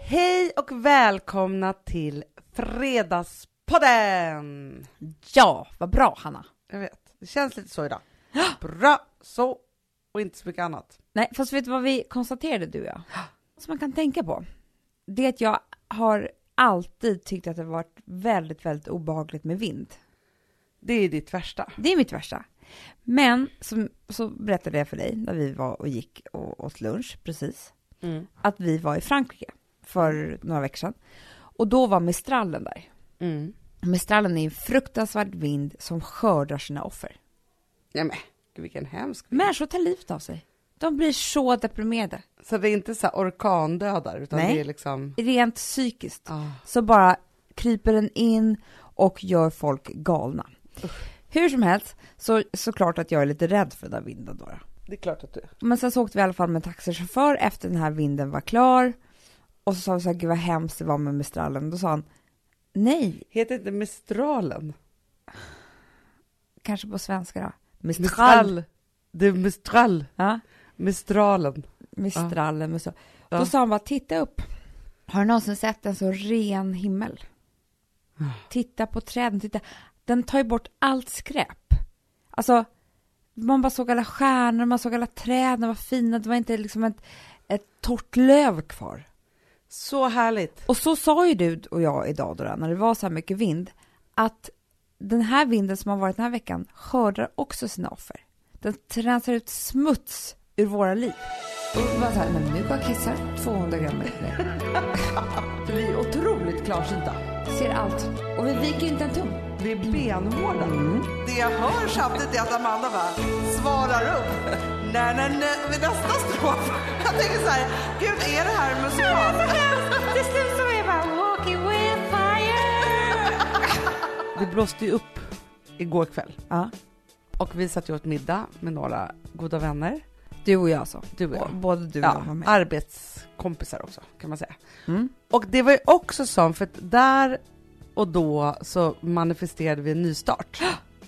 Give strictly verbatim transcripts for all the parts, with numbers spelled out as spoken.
Hej och välkomna till Fredagspodden! Ja, vad bra Hanna. Jag vet, det känns lite så idag. Bra, så och inte så mycket annat. Nej, fast vet du vad vi konstaterade du och jag? Som man kan tänka på. Det är att jag har alltid tyckt att det har varit väldigt, väldigt obehagligt med vind. Det är ditt värsta. Det är mitt värsta. Men som, så berättade jag för dig när vi var och gick och åt lunch precis. Mm. Att vi var i Frankrike för några veckor sedan. Och då var Mistralen där. Mm. Mistralen är en fruktansvärd vind som skördar sina offer. Ja men, vilken hemsk vind. Människor tar livet av sig. De blir så deprimerade. Så det är inte så här orkandödar utan Nej, det är liksom... rent psykiskt. Oh. Så bara kryper den in och gör folk galna. Uh. Hur som helst, så såklart att jag är lite rädd för den där vinden då. Det är klart att du är. Men sen så åkte vi i alla fall med taxichaufför efter den här vinden var klar. Och så sa vi så här, gud vad hemskt det var med Mistralen. Då sa han, nej. Heter inte Mistralen? Kanske på svenska då. Mistral. Mistral. Det är Mistral. Ja. Mistralen. Mistralen. Ja. Då ja. sa han bara, titta upp. Har du någonsin sett en så ren himmel? Ja. Titta på träden, titta. Den tar ju bort allt skräp. Alltså, man bara såg alla stjärnor, man såg alla träd, de var fina. Det var inte liksom ett, ett torrt löv kvar. Så härligt. Och så sa ju du och jag idag då, när det var så här mycket vind, att den här vinden som har varit den här veckan skördar också sina offer. Den tränsar ut smuts ur våra liv. Och det var så här, men nu går jag kissar tvåhundra gram med det. Vi är otroligt klarsynta. Ser allt. Och vi viker inte en tum. Vi är benhårda. Mm. Det jag hör samtidigt är att Amanda bara svarar upp. Nej, nej, nej, vid nästa strof. Jag tänker så här, gud, är det här musikal? Det slutar som är bara walking with fire. Det blåste ju upp igår kväll. Ja. Och vi satt ju åt middag med några goda vänner. Du och jag så. Du och jag. Både du och ja, jag var med. Arbetskompisar också, kan man säga. Mm. Och det var ju också så, för att där och då så manifesterade vi en nystart.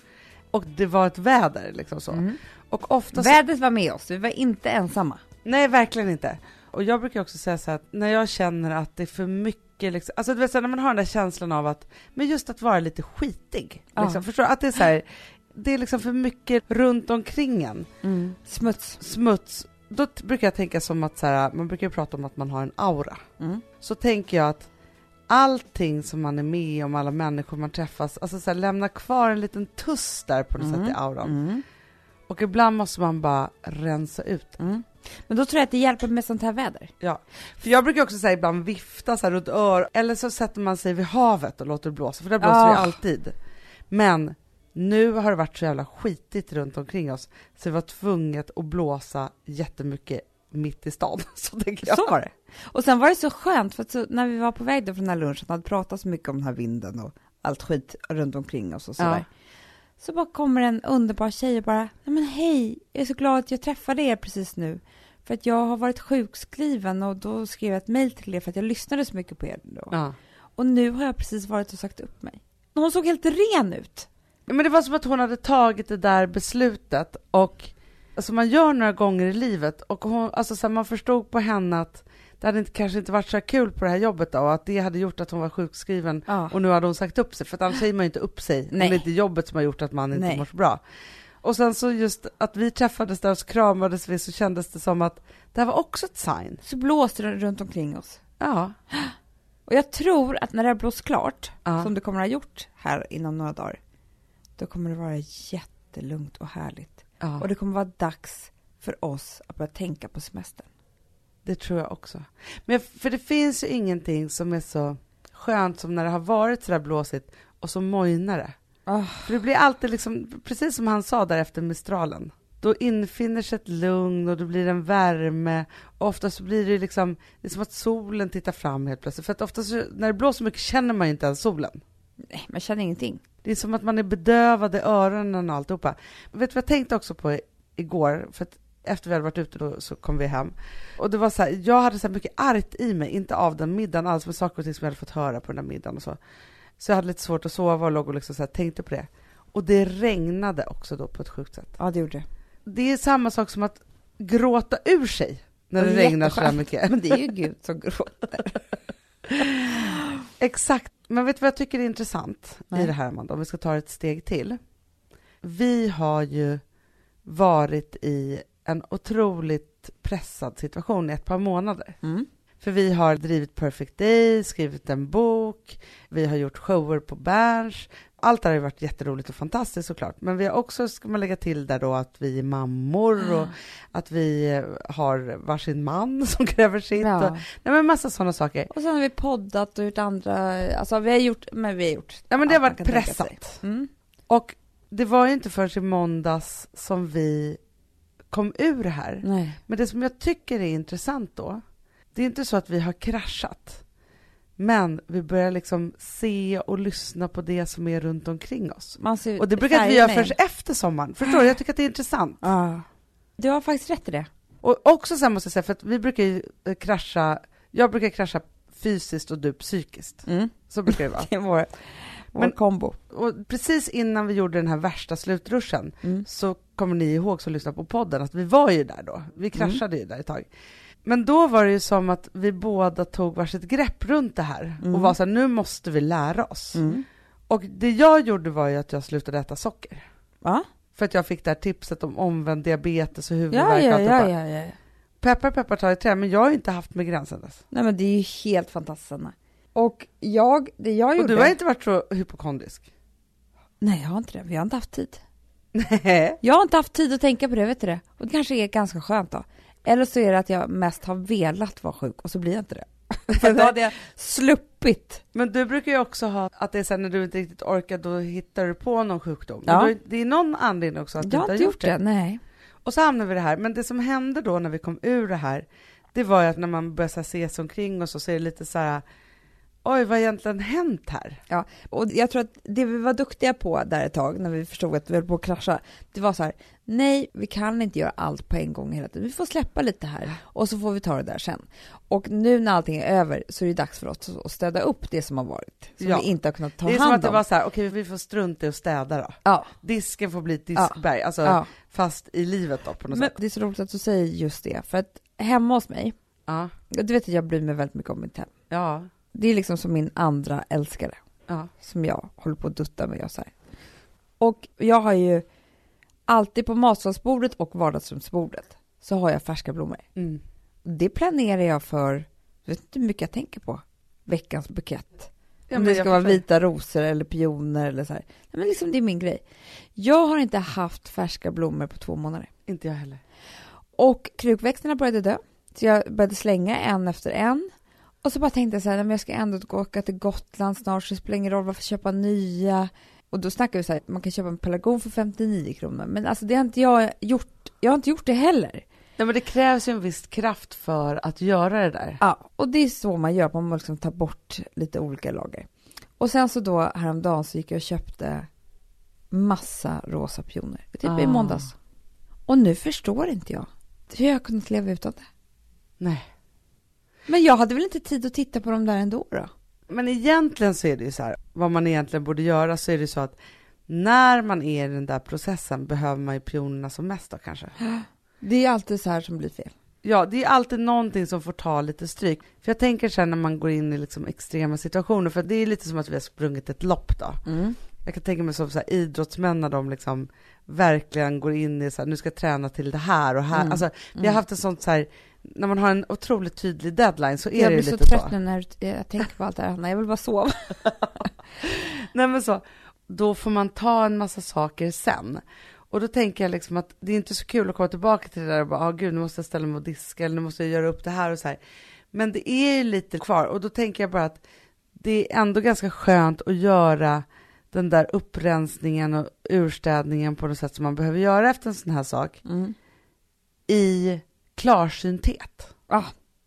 Och det var ett väder liksom så. Mm. Och ofta så... Vädret var med oss, vi var inte ensamma. Nej, verkligen inte. Och jag brukar också säga så här, att när jag känner att det är för mycket liksom, alltså du vet så, när man har den där känslan av att, men just att vara lite skitig ja. liksom, förstår du? Att det är så här, det är liksom för mycket runt omkring en. Mm. Smuts. Smuts. Då t- brukar jag tänka som att så här, man brukar ju prata om att man har en aura. Mm. Så tänker jag att allting som man är med om, alla människor man träffas, alltså så här, lämna kvar en liten tuss där på något mm. sätt i auran. Mm. Och ibland måste man bara rensa ut. Mm. Men då tror jag att det hjälper med sånt här väder. Ja, för jag brukar också säga ibland vifta så här runt ör, eller så sätter man sig vid havet och låter det blåsa, för det blåser oh. det alltid. Men nu har det varit så jävla skitigt runt omkring oss, så vi var tvunget att blåsa jättemycket mitt i stan. Så tänker jag. Så var det. Och sen var det så skönt, för att så, när vi var på väg då från den här lunchen, hade pratat så mycket om den här vinden och allt skit runt omkring oss och sådär. Ja. Så bara kommer en underbar tjej och bara, nej men hej, jag är så glad att jag träffade er precis nu. För att jag har varit sjukskriven och då skrev jag ett mejl till er för att jag lyssnade så mycket på er då. Ja. Och nu har jag precis varit och sagt upp mig. Hon såg helt ren ut. Men det var som att hon hade tagit det där beslutet, och alltså man gör några gånger i livet, och hon, alltså så här, man förstod på henne att det hade inte, kanske inte varit så kul på det här jobbet då, och att det hade gjort att hon var sjukskriven. Ja. Och nu hade hon sagt upp sig, för att annars säger man ju inte upp sig. Nej. Det är inte jobbet som har gjort att man inte Nej. mår så bra. Och sen så just att vi träffades där och kramades vi, så kändes det som att det här var också ett sign. Så blåste det runt omkring oss. Ja. Och jag tror att när det har blåst klart, ja. som det kommer att ha gjort här inom några dagar, då kommer det vara jättelugnt och härligt. Ja. Och det kommer vara dags för oss att börja tänka på semestern. Det tror jag också. Men för det finns ju ingenting som är så skönt som när det har varit så där blåsigt och så mojnar det. Oh. För det blir alltid liksom, precis som han sa där efter Mistralen. Då infinner sig ett lugn och det blir en värme. Och ofta så blir det liksom, det är som att solen tittar fram helt plötsligt. För att ofta så, när det blåser mycket känner man ju inte ens solen. Nej, man känner ingenting. Det är som att man är bedövad i öronen och alltihopa. Vet du vad jag tänkte också på igår? För att efter vi hade varit ute då, så kom vi hem. Och det var så här, jag hade så här mycket argt i mig, inte av den middagen alls, med saker och ting som jag hade fått höra på den där middagen och så. Så jag hade lite svårt att sova och låg och liksom så här, tänkte på det. Och det regnade också då på ett sjukt sätt. Ja, det gjorde det. Det är samma sak som att gråta ur sig när det, det regnar så här mycket. Men det är ju Gud som gråter. Exakt. Men vet du vad jag tycker är intressant Nej. i det här, Amanda? Om vi ska ta ett steg till. Vi har ju varit i en otroligt pressad situation i ett par månader. Mm. För vi har drivit Perfect Day, skrivit en bok, vi har gjort shower på Berns. Allt det har ju varit jätteroligt och fantastiskt såklart. Men vi har också, ska man lägga till där då, att vi är mammor och att vi har varsin man som kräver sitt. Ja. Och, nej men massa sådana saker. Och sen har vi poddat och gjort andra, alltså vi har gjort, men vi har gjort. Ja men det har allt varit man kan tänka sig. pressat. Mm. Och det var ju inte förrän i måndags som vi kom ur det här. Nej. Men det som jag tycker är intressant då, det är inte så att vi har kraschat. Men vi börjar liksom se och lyssna på det som är runt omkring oss. Man ser Och det brukar vi göra färger med. först efter sommaren. Förstår du? Jag tycker att det är intressant. Ja. Du har faktiskt rätt i det. Och också så här måste jag säga, för att vi brukar ju krascha, jag brukar krascha fysiskt och du psykiskt. Mm. Så brukar det vara. Det är vår, vår Men- kombo. Och precis innan vi gjorde den här värsta slutruschen Mm. så kommer ni ihåg som lyssnar på podden att vi var ju där då. Vi kraschade ju där ett tag. Men då var det ju som att vi båda tog varsitt grepp runt det här Mm. och var så här, nu måste vi lära oss. Mm. Och det jag gjorde var ju att jag slutade äta socker. Ja, För att jag fick det här tipset om omvänd diabetes och ja, huvudvärk och ja, allt ja, det ja, ja. Peppar, peppar tar i trä, men jag har ju inte haft migrän sedan dess. Nej men det är ju helt fantastiskt, Anna. Och jag, det jag Och gjorde... du har inte varit så hypokondrisk. Nej, jag har inte det. Vi har inte haft tid. Nej. Jag har inte haft tid att tänka på det, vet du det? Och det kanske är ganska skönt då. Eller så är det att jag mest har velat vara sjuk och så blir jag inte det. För då hade jag sluppit. Men du brukar ju också ha att det är sen när du inte riktigt orkar, då hittar du på någon sjukdom. Ja. Men då, det är någon anledning också att Jag du har inte inte har gjort det, nej. Och så hamnar vi i det här. Men det som hände då när vi kom ur det här, det var ju att när man började så här se sig omkring och så, så är det lite så här, oj, vad har egentligen hänt här? Ja, och jag tror att det vi var duktiga på där ett tag, när vi förstod att vi höll på att krascha, det var så här, nej, vi kan inte göra allt på en gång hela tiden. Vi får släppa lite här och så får vi ta det där sen. Och nu när allting är över så är det dags för oss att städa upp det som har varit, som Ja. vi inte har kunnat ta Det är hand som om. att det var så här, okej, vi får strunta i att städa då. Ja, Disken får bli ett diskberg, alltså ja. fast i livet då på något Men sätt. det är så roligt att du säger just det, för att hemma hos mig, Ja, du vet att jag bryr mig väldigt mycket om mitt hem. ja, Det är liksom som min andra älskare. ja. Som jag håller på att dutta med. Och, så här. Och jag har ju alltid på matsalsbordet och vardagsrumsbordet så har jag färska blommor. Mm. Det planerar jag för, jag vet inte hur mycket jag tänker på, veckans bukett. Ja, Om men det ska jag vara förstår. vita rosor eller pioner eller så här. Nej, men liksom det är min grej. Jag har inte haft färska blommor på två månader. Inte jag heller. Och krukväxterna började dö. Så jag började slänga en efter en. Och så bara tänkte jag så här, men jag ska ändå gå åka till Gotland snart, så det spelar ingen roll varför köpa nya. Och då snackar vi så här, man kan köpa en pelargon för femtionio kronor. Men alltså det har inte jag gjort. Jag har inte gjort det heller. Nej, men det krävs ju en viss kraft för att göra det där. Ja, och det är så man gör. Man måste liksom ta bort lite olika lager. Och sen så då häromdagen så gick jag och köpte massa rosa pioner. Typ Ah. i måndags. Och nu förstår inte jag hur jag har kunnat leva utan det. Nej. Men jag hade väl inte tid att titta på dem där ändå då? Men egentligen så är det ju så här, vad man egentligen borde göra, så är det så att när man är i den där processen behöver man ju pionerna som mest då kanske. Det är alltid så här som blir fel. Ja, det är alltid någonting som får ta lite stryk. För jag tänker sen när man går in i liksom extrema situationer, för det är lite som att vi har sprungit ett lopp då. Mm. Jag kan tänka mig som så här, idrottsmän när de liksom verkligen går in i så här, nu ska jag träna till det här och här. Mm. Alltså, vi har haft en sånt så här, när man har en otroligt tydlig deadline så är Jag det ju blir så lite trött så. nu när jag tänker på allt det här, Hanna. Jag vill bara sova. Nej men så, då får man ta en massa saker sen. Och då tänker jag liksom att det är inte så kul att komma tillbaka till det där och bara, ah, gud, nu måste jag ställa mig och diska, eller nu måste jag göra upp det här och så här. Men det är ju lite kvar, och då tänker jag bara att det är ändå ganska skönt att göra den där upprensningen och urstädningen på något sätt som man behöver göra efter en sån här sak Mm. i klarsynthet. Ah.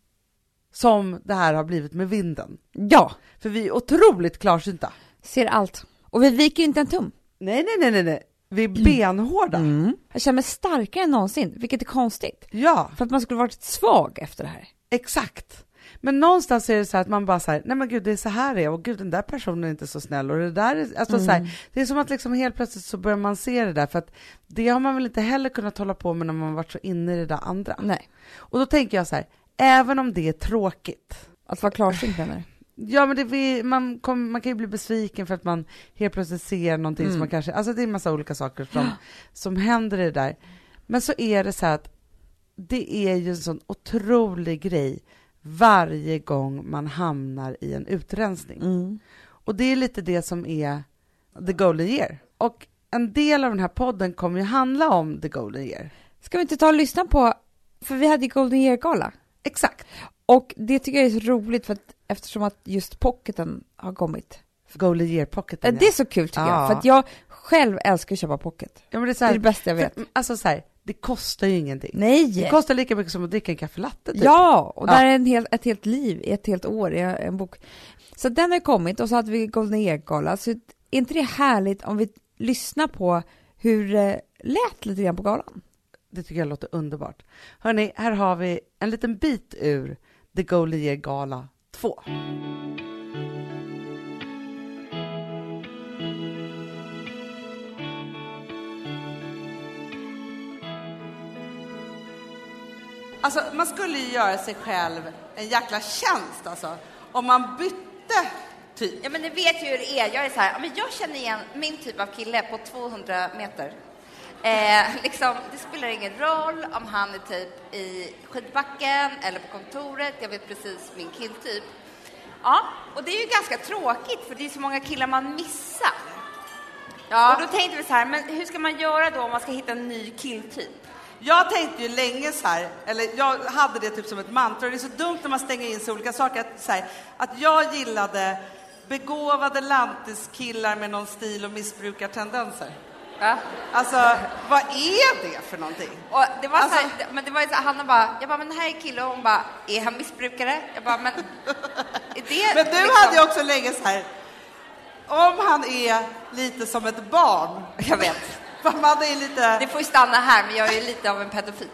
Som det här har blivit med vinden. Ja, För vi är otroligt klarsynta. ser allt. Och vi viker inte en tum. Nej, nej, nej, nej, nej. Vi är benhårda. Mm. Jag känner mig starkare än någonsin, vilket är konstigt. Ja, För att man skulle varit svag efter det här. exakt. Men någonstans är det så här att man bara säger, nej men gud, det är så här det är, och gud, den där personen är inte så snäll, och det där är, alltså Mm. så här, det är som att liksom helt plötsligt så börjar man se det där, för att det har man väl inte heller kunnat hålla på med när man varit så inne i det där andra. Nej. Och då tänker jag så här, även om det är tråkigt, Att vara klarsynt menar du? Ja, men det vi, man, kom, man kan ju bli besviken för att man helt plötsligt ser någonting mm. som man kanske... Alltså det är en massa olika saker som, som händer i det där. Men så är det så här att det är ju en sån otrolig grej varje gång man hamnar i en utrensning. Mm. Och det är lite det som är the golden year. Och en del av den här podden kommer ju handla om the golden year. Ska vi inte ta och lyssna på, för vi hade golden year-gala. Exakt. Och det tycker jag är så roligt för att, eftersom att just pocketen har kommit. Golden year-pocketen. Det är så kul tycker ja. jag. För att jag själv älskar att köpa pocket. Ja, men det, är så här, det är det bästa jag vet. För, alltså så här, det kostar ju ingenting. Nej. Det kostar lika mycket som att dricka en kaffelatte typ. Ja, och ja. där är en hel, ett helt liv, ett helt år i en bok. Så den har kommit och så hade vi golden year-gala. Så är inte det härligt om vi lyssnar på hur det lät lite grann på galan? Det tycker jag låter underbart. Hörrni, här har vi en liten bit ur The Golden Year Gala två. Alltså, man skulle ju göra sig själv en jäkla tjänst alltså, om man bytte typ. Ja, men ni vet ju hur det är. Jag är så här, men jag känner igen min typ av kille på tvåhundra meter. Eh, liksom, det spelar ingen roll om han är typ i skidbacken eller på kontoret. Jag vet precis min killtyp. Ja, och det är ju ganska tråkigt för det är så många killar man missar. Ja. Och då tänkte vi så här, men hur ska man göra då om man ska hitta en ny killtyp? Jag tänkte ju länge så här, eller jag hade det typ som ett mantra. Det är så dumt när man stänger in sig olika saker. Att, så här, att jag gillade begåvade lantiskillar med någon stil och missbrukartendenser. Ja. Alltså, vad är det för någonting? Och det var alltså, så här, men det var ju så här, han bara, jag bara, men den här är kille och hon bara, är han missbrukare? Jag bara, men är det men du liksom... hade ju också länge så här, om han är lite som ett barn. Jag vet. Man är lite... Det får ju stanna här, men jag är lite av en pedofil.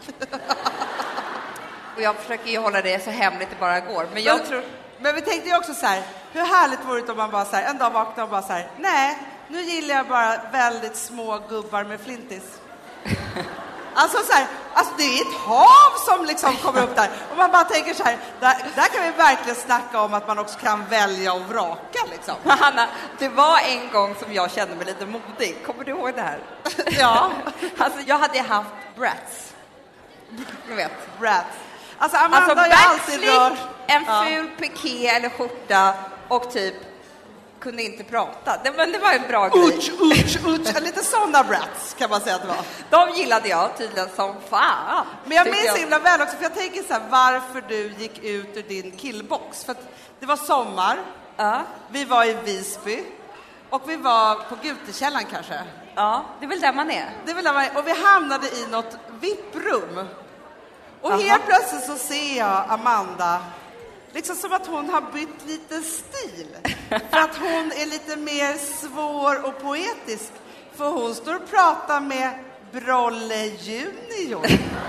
Och jag försöker ju hålla det så hemligt det bara går. Men jag men, tror... Men vi tänkte ju också så här, hur härligt vore det om man bara så här, en dag vaknar och bara så här, nej, nu gillar jag bara väldigt små gubbar med flintis. Alltså så här, alltså det är ett hav som liksom kommer upp där. Och man bara tänker så här, där, där kan vi verkligen snacka om att man också kan välja och vraka liksom. Hanna, det var en gång som jag kände mig lite modig. Kommer du ihåg det här? Ja. Alltså jag hade haft brats. Du vet. Brats. Alltså Amanda alltså, har ju alltid rört. En ful ja. piké eller skjorta och typ kunde inte prata. Det, men det var en bra grej. Uch, uch, uch. Lite sådana brats kan man säga att det var. De gillade jag tydligen som fan. Men jag minns så himla väl också, för jag tänker så här, varför du gick ut ur din killbox. För att det var sommar, ja. vi var i Visby och vi var på Gutekällan kanske. Ja, det är väl där man är. Det är väl där man är. Och vi hamnade i något V I P-rum. Och aha. helt plötsligt så ser jag Amanda... Liksom som att hon har bytt lite stil. För att hon är lite mer svår och poetisk. För hon står och pratar med Brolle Junior.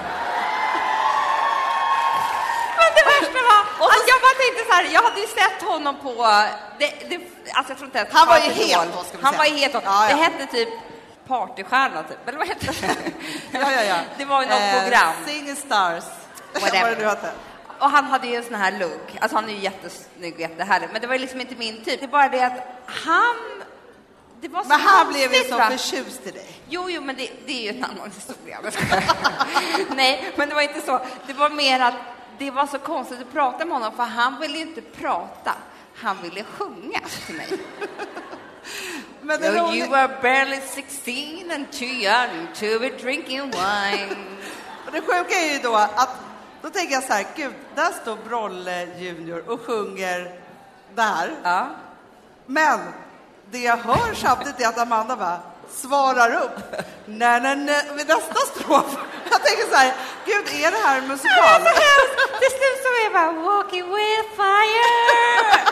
Men det värsta var... Alltså jag bara tänkte så här, jag hade ju sett honom på... Det, det, alltså jag tror inte att han var ju het då, ska vi Han säga. var ju het då. Ja, ja. Det hette typ Partystjärna typ. Eller vad hette det? ja, ja, ja. Det var ju något eh, program. Sing Stars. Vad det nu hette. Och han hade ju en sån här look. Alltså han är ju jättesnygg och jättehärlig. Men det var ju liksom inte min typ. Det är bara det att han... Det var så men han blev ju så förtjust i dig. Jo, jo, men det, det är ju en annan historia. Nej, men det var inte så. Det var mer att det var så konstigt att prata med honom. För han ville ju inte prata. Han ville sjunga till mig. Men det no, you were barely sixteen and too young to be drinking wine. Och det sjuka är ju då att då tänker jag så här, gud, där står Brolle Junior och sjunger där. Ja. Men det jag hör samtidigt är att Amanda bara svarar upp. Nej, nej, nej, vid nästa strof. Jag tänker så här, gud, är det här en musikal? Det är så hemskt. Till slut så är jag bara, walking with fire.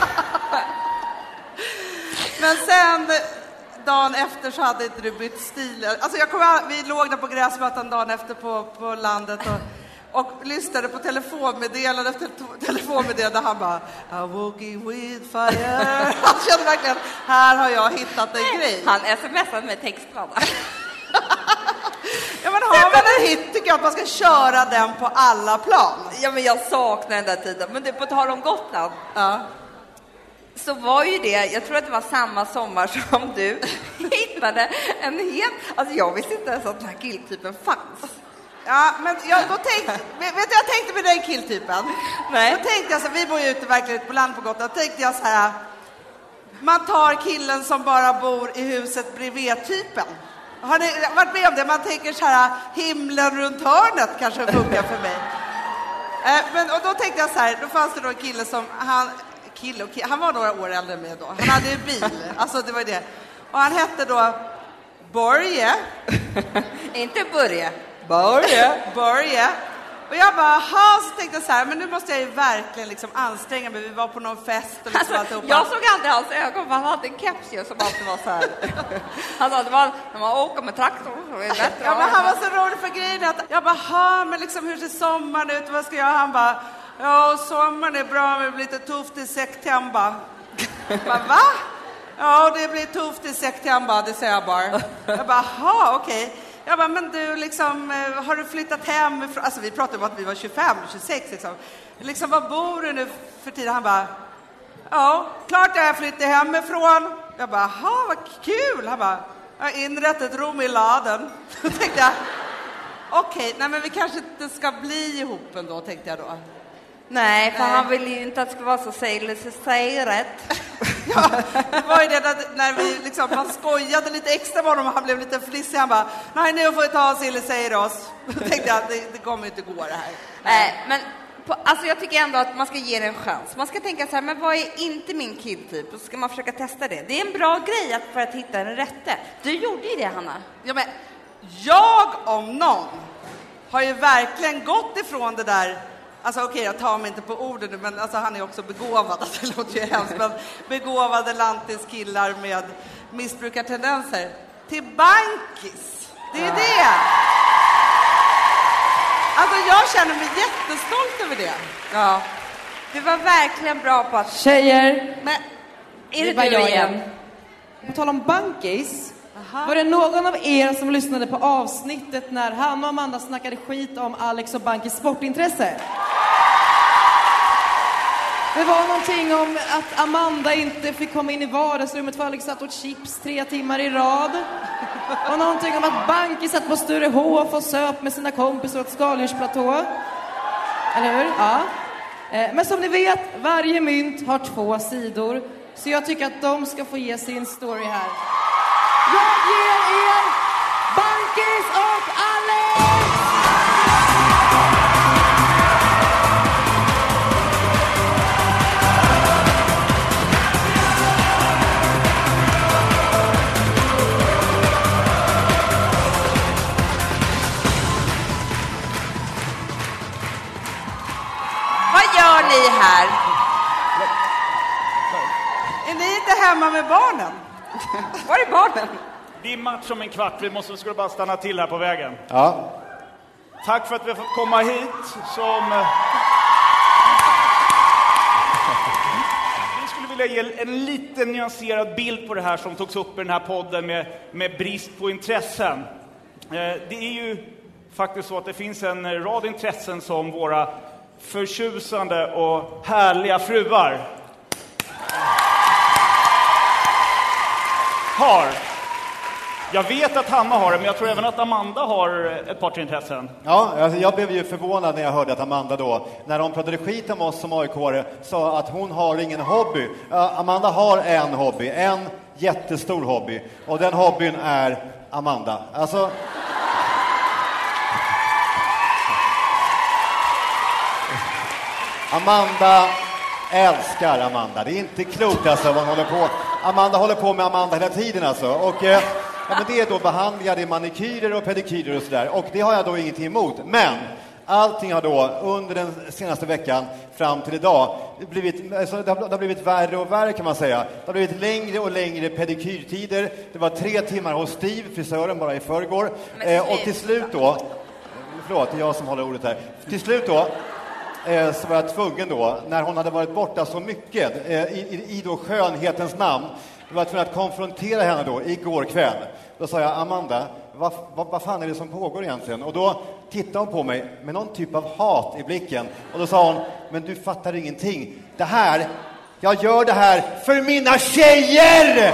Men sen dagen efter så hade inte du bytt stil. Alltså jag kommer, vi låg där på gräsmattan dagen efter på, på landet och, och lyssnade på telefonmeddelande efter telefonmeddelande. Han bara, I'm walking with fire. Han kände verkligen, här har jag hittat en grej. Han smsade med textband. Ja, men har man en hit tycker jag att man ska köra den på alla plan. Ja, men jag saknar den där tiden. Men det på tal om Gotland. Ja. så var ju det, jag tror att det var samma sommar som du hittade en helt, alltså jag visste inte ens att den här killtypen fanns. Ja, men jag, då tänkte, vet du jag tänkte med den killtypen? Nej. Då tänkte jag så, vi bor ju ute verkligen på land på Gotland, då tänkte jag så här, man tar killen som bara bor i huset bredvid typen. Har ni varit med om det? Man tänker så här, himlen runt hörnet kanske funkar för mig. Eh, men, och då tänkte jag så här, då fanns det då en kille som, han, kille och kille, han var några år äldre än mig då. Han hade ju bil, alltså det var det. Och han hette då Börje. Inte Börje. Börje. Börje. Och jag bara, ha, så tänkte jag så här, men nu måste jag ju verkligen liksom anstränga mig. Vi var på någon fest och liksom alltså, jag såg aldrig hans ögon, för han hade en keps ju som alltid var så här. Han sa, det var när man åker med traktor så är det bättre. Ja, men han var så rolig för grejen att jag bara, ha, men liksom hur ser sommaren ut? Vad ska jag? Han bara, ja, sommaren är bra, men det blir lite tufft i september. Jag bara, va? Ja, det blir tufft i september, det säger jag bara. Jag bara, ha, okej. Okay. Jag bara, men du, liksom, har du flyttat hem? Alltså vi pratade om att vi var tjugofem, tjugosex liksom. Liksom, var bor du nu för tiden? Han bara, ja, klart jag har flyttat hemifrån. Jag bara, ha, vad kul. Han bara, jag har inrett ett rum i laden. Då tänkte jag, okej, okay, nej men vi kanske inte ska bli ihop ändå, tänkte jag då. Nej, för nej. Han ville ju inte att det skulle vara så sägret. Ja, det var ju det när, när vi liksom, man skojade lite extra med honom och han blev lite flissig. Han bara, nej nu får vi ta oss eller säger oss. Då tänkte jag att det, det kommer inte gå det här. Nej, äh, men på, alltså jag tycker ändå att man ska ge det en chans. Man ska tänka så här, men vad är inte min killtyp? Och så ska man försöka testa det. Det är en bra grej att, för att hitta den rätte. Du gjorde ju det, Hanna. Ja, men jag om någon har ju verkligen gått ifrån det där. Alltså okej, okay, jag tar mig inte på orden nu, men alltså, han är också begåvad. Alltså, det låter ju hemskt, men begåvade lantiskillar med missbrukartendenser. Till bankis. Det är ju det. Alltså jag känner mig jättestolt över det. Ja. Du var verkligen bra på att... Tjejer, men är det, det var du jag igen? igen. På tal om bankis. Aha. Var det någon av er som lyssnade på avsnittet när han och Amanda snackade skit om Alex och Bankis sportintresse? Det var någonting om att Amanda inte fick komma in i vardagsrummet för Alex satt åt chips tre timmar i rad. Och någonting om att Bankis satt på Sturehof och söp med sina kompisar åt skaldjursplatå. Eller hur? Ja. Men som ni vet, varje mynt har två sidor. Så jag tycker att de ska få ge sin story här. Jag ger er Bankis och Alex! Vad gör ni här? Är ni inte hemma med barnen? Var är barnen? Det är match om en kvart. Vi måste skulle bara stanna till här på vägen. Ja. Tack för att vi har fått komma hit. Som... Vi skulle vilja ge en liten nyanserad bild på det här som togs upp i den här podden med, med brist på intressen. Det är ju faktiskt så att det finns en rad intressen som våra förtjusande och härliga fruar har. Jag vet att Hanna har det, men jag tror även att Amanda har ett par intressen. Ja, alltså jag blev ju förvånad när jag hörde att Amanda då, när de pratade skit om oss som A I K-are, sa att hon har ingen hobby. Uh, Amanda har en hobby, en jättestor hobby. Och den hobbyn är Amanda. Alltså... Amanda älskar Amanda. Det är inte klokt alltså vad hon håller på. Amanda håller på med Amanda hela tiden alltså. Och eh, ja, men det är då behandlingar, det är manikyrer och pedikyrer och sådär. Och det har jag då ingenting emot. Men allting har då under den senaste veckan fram till idag blivit, alltså, det, har, det har blivit värre och värre kan man säga. Det har blivit längre och längre pedikyrtider. Det var tre timmar hos Steve, frisören, bara i förrgår. Eh, och till slut då, förlåt, det är jag som håller ordet här. Till slut då så var jag tvungen då, när hon hade varit borta så mycket i, i, i då skönhetens namn, jag var tvungen att konfrontera henne då igår kväll. Då sa jag, Amanda, vad, vad, vad fan är det som pågår egentligen? Och då tittade hon på mig med någon typ av hat i blicken. Och då sa hon, men du fattar ingenting. Det här, Jag gör det här för mina tjejer!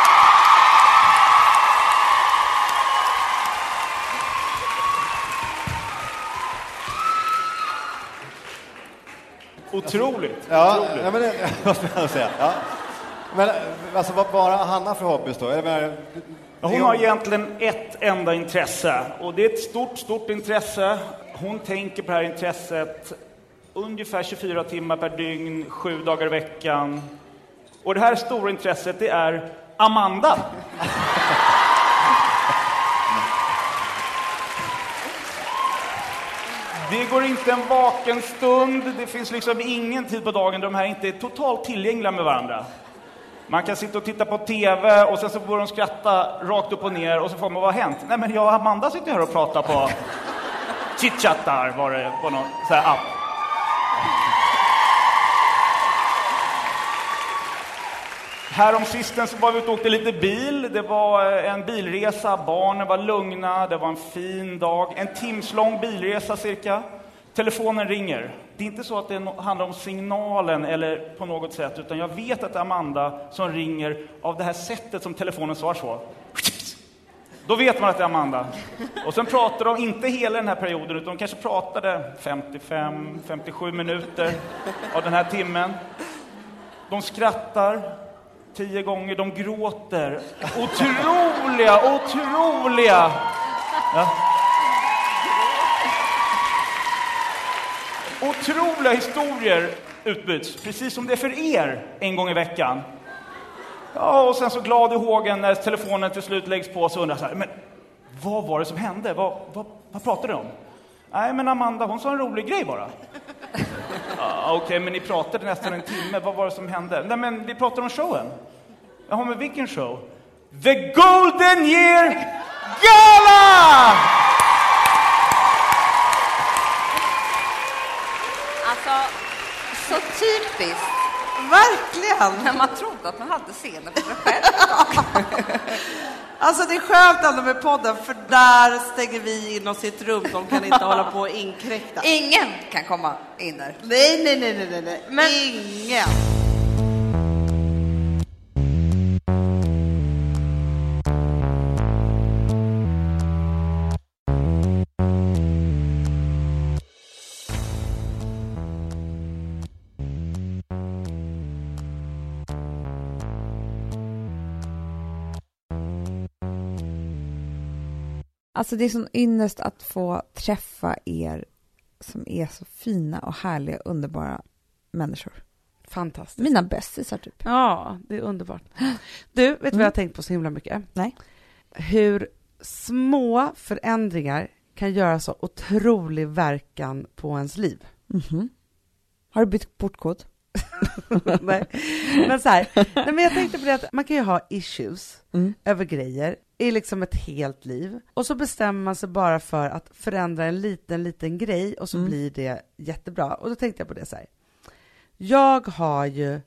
Otroligt. Ja, Otroligt. ja men det, vad ska jag säga? Ja. Men alltså, vad bara Hanna för hobbys då? Jag menar, Hon har egentligen ett enda intresse, och det är ett stort, stort intresse. Hon tänker på det här intresset ungefär tjugofyra timmar per dygn, sju dagar i veckan. Och det här stora intresset, det är Amanda. Det går inte en vaken stund, det finns liksom ingen tid på dagen där de här inte är totalt tillgängliga med varandra. Man kan sitta och titta på tv och sen så börjar de skratta rakt upp och ner och så får man, vad har hänt? Nej, men jag och Amanda sitter här och pratar på chitchattar, var det på någon så här app. Härom sisten så var vi ute och åkte lite bil. Det var en bilresa, barnen var lugna, det var en fin dag. En timslång bilresa cirka. Telefonen ringer. Det är inte så att det handlar om signalen eller på något sätt, utan jag vet att det är Amanda som ringer av det här sättet som telefonen svarar så. Då vet man att det är Amanda. Och sen pratar de inte hela den här perioden, utan de kanske pratade femtiofem till femtiosju minuter av den här timmen. De skrattar tio gånger, de gråter. Otroliga, otroliga. Ja. Otroliga historier utbyts, precis som det är för er en gång i veckan. Ja, och sen så glad i hågen när telefonen till slut läggs på, så undrar jag så här, men vad var det som hände? Vad, vad, vad pratade de om? Nej, men Amanda, hon sa en rolig grej bara. Ja, okej, okay, men ni pratade nästan en timme. Vad var det som hände? Nej, men vi pratade om showen. Jaha, men vilken show? The Golden Year Gala! Alltså, så typiskt. Verkligen! När man trodde att man hade scenen för sig själv. Alltså det är skönt ändå med podden, för där stänger vi in oss i ett rum. De kan inte hålla på och inkräkta. Ingen kan komma in där. Nej, nej, nej, nej, nej. Men... Ingen. Alltså det är sån ynnest att få träffa er som är så fina och härliga, underbara människor. Fantastiskt. Mina bästisar typ. Ja, det är underbart. Du, vet du mm. vad jag har tänkt på så himla mycket? Nej. Hur små förändringar kan göra så otrolig verkan på ens liv. Mm-hmm. Har du bytt portkod? Nej. Men så här, nej, men jag tänkte på det att man kan ju ha issues mm. över grejer i liksom ett helt liv. Och så bestämmer man sig bara för att förändra en liten, liten grej och så mm. blir det jättebra. Och då tänkte jag på det så här. Jag har ju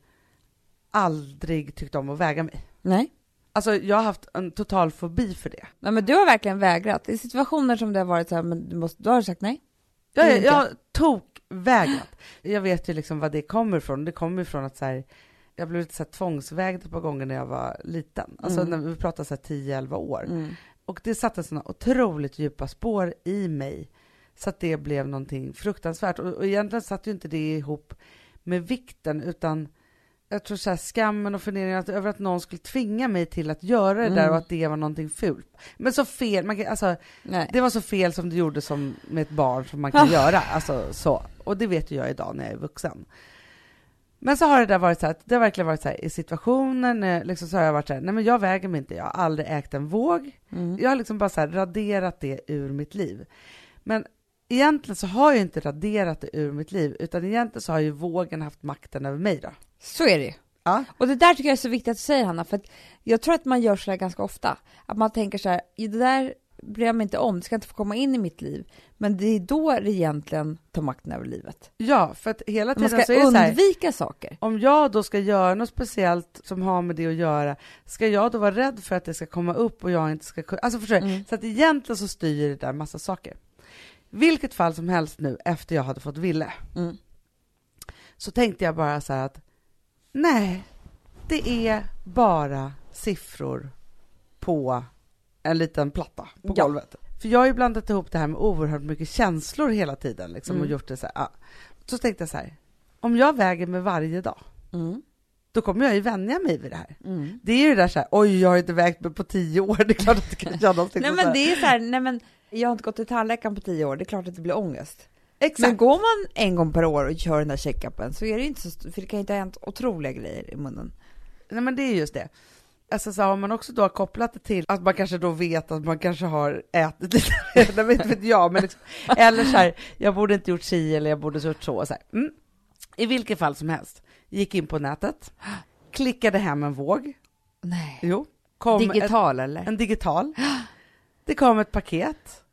aldrig tyckt om att väga mig. Nej. Alltså jag har haft en total fobi för det. Nej, men du har verkligen vägrat. I situationer som det har varit så här, men du, måste, du har sagt nej. Jag, jag, jag tog vägrat. Jag vet ju liksom vad det kommer ifrån. Det kommer ifrån att så här, jag blev lite så här tvångsvägd ett par gånger när jag var liten. Alltså mm. när vi pratade så här tio elva år. Mm. Och det satte såna otroligt djupa spår i mig. Så att det blev någonting fruktansvärt. Och, och egentligen satt ju inte det ihop med vikten, utan jag tror så här, skammen och förnedringen över att någon skulle tvinga mig till att göra det mm. där och att det var någonting fult. Men så fel, man kan, alltså, det var så fel som du gjorde som med ett barn som man kan ah. göra. Alltså, så. Och det vet ju jag idag när jag är vuxen. Men så har det där varit så här, det har verkligen varit så här i situationen, liksom så har jag varit så här, nej men jag väger mig inte, jag har aldrig ägt en våg. Mm. Jag har liksom bara så här raderat det ur mitt liv. Men egentligen så har jag inte raderat det ur mitt liv, utan egentligen så har ju vågen haft makten över mig då. Så är det. Ja. Och det där tycker jag är så viktigt att säga, Hanna, för att jag tror att man gör så här ganska ofta. Att man tänker så här, det där bryr jag mig inte om, det ska inte få komma in i mitt liv. Men det är då det egentligen tar makten över livet. Ja, för att hela tiden man ska så är det undvika så här, saker. Om jag då ska göra något speciellt som har med det att göra, ska jag då vara rädd för att det ska komma upp och jag inte ska kunna... Alltså förstår mm. Så att egentligen så styr det där massa saker. Vilket fall som helst nu, efter jag hade fått Ville, mm. så tänkte jag bara så här att Nej, det är bara siffror på en liten platta på Ja. golvet. För jag har ju blandat ihop det här med oerhört mycket känslor hela tiden liksom, Mm. och gjort det så här. Ja. Så tänkte jag så här, om jag väger mig varje dag, Mm. då kommer jag ju vänja mig vid det här. Mm. Det är ju det där så här, oj, jag har inte vägt mig på tio år, det är klart att det kan kännas liksom Nej så men här. det är så här, nej men jag har inte gått till tandläkaren på tio år, det är klart att det blir ångest. Exakt. Men går man en gång per år och kör den där checkupen så är det ju inte så st- för det kan ju inte ha hänt otroliga grejer i munnen. Nej men det är just det. Alltså så har man också då kopplat det till att man kanske då vet att man kanske har ätit lite, det vet, vet jag, men liksom, eller så här, jag borde inte gjort si eller jag borde gjort så. så här. Mm. I vilket fall som helst, gick in på nätet, klickade hem en våg. Nej. Jo. Kom Digital ett, eller? En digital. Det kom ett paket.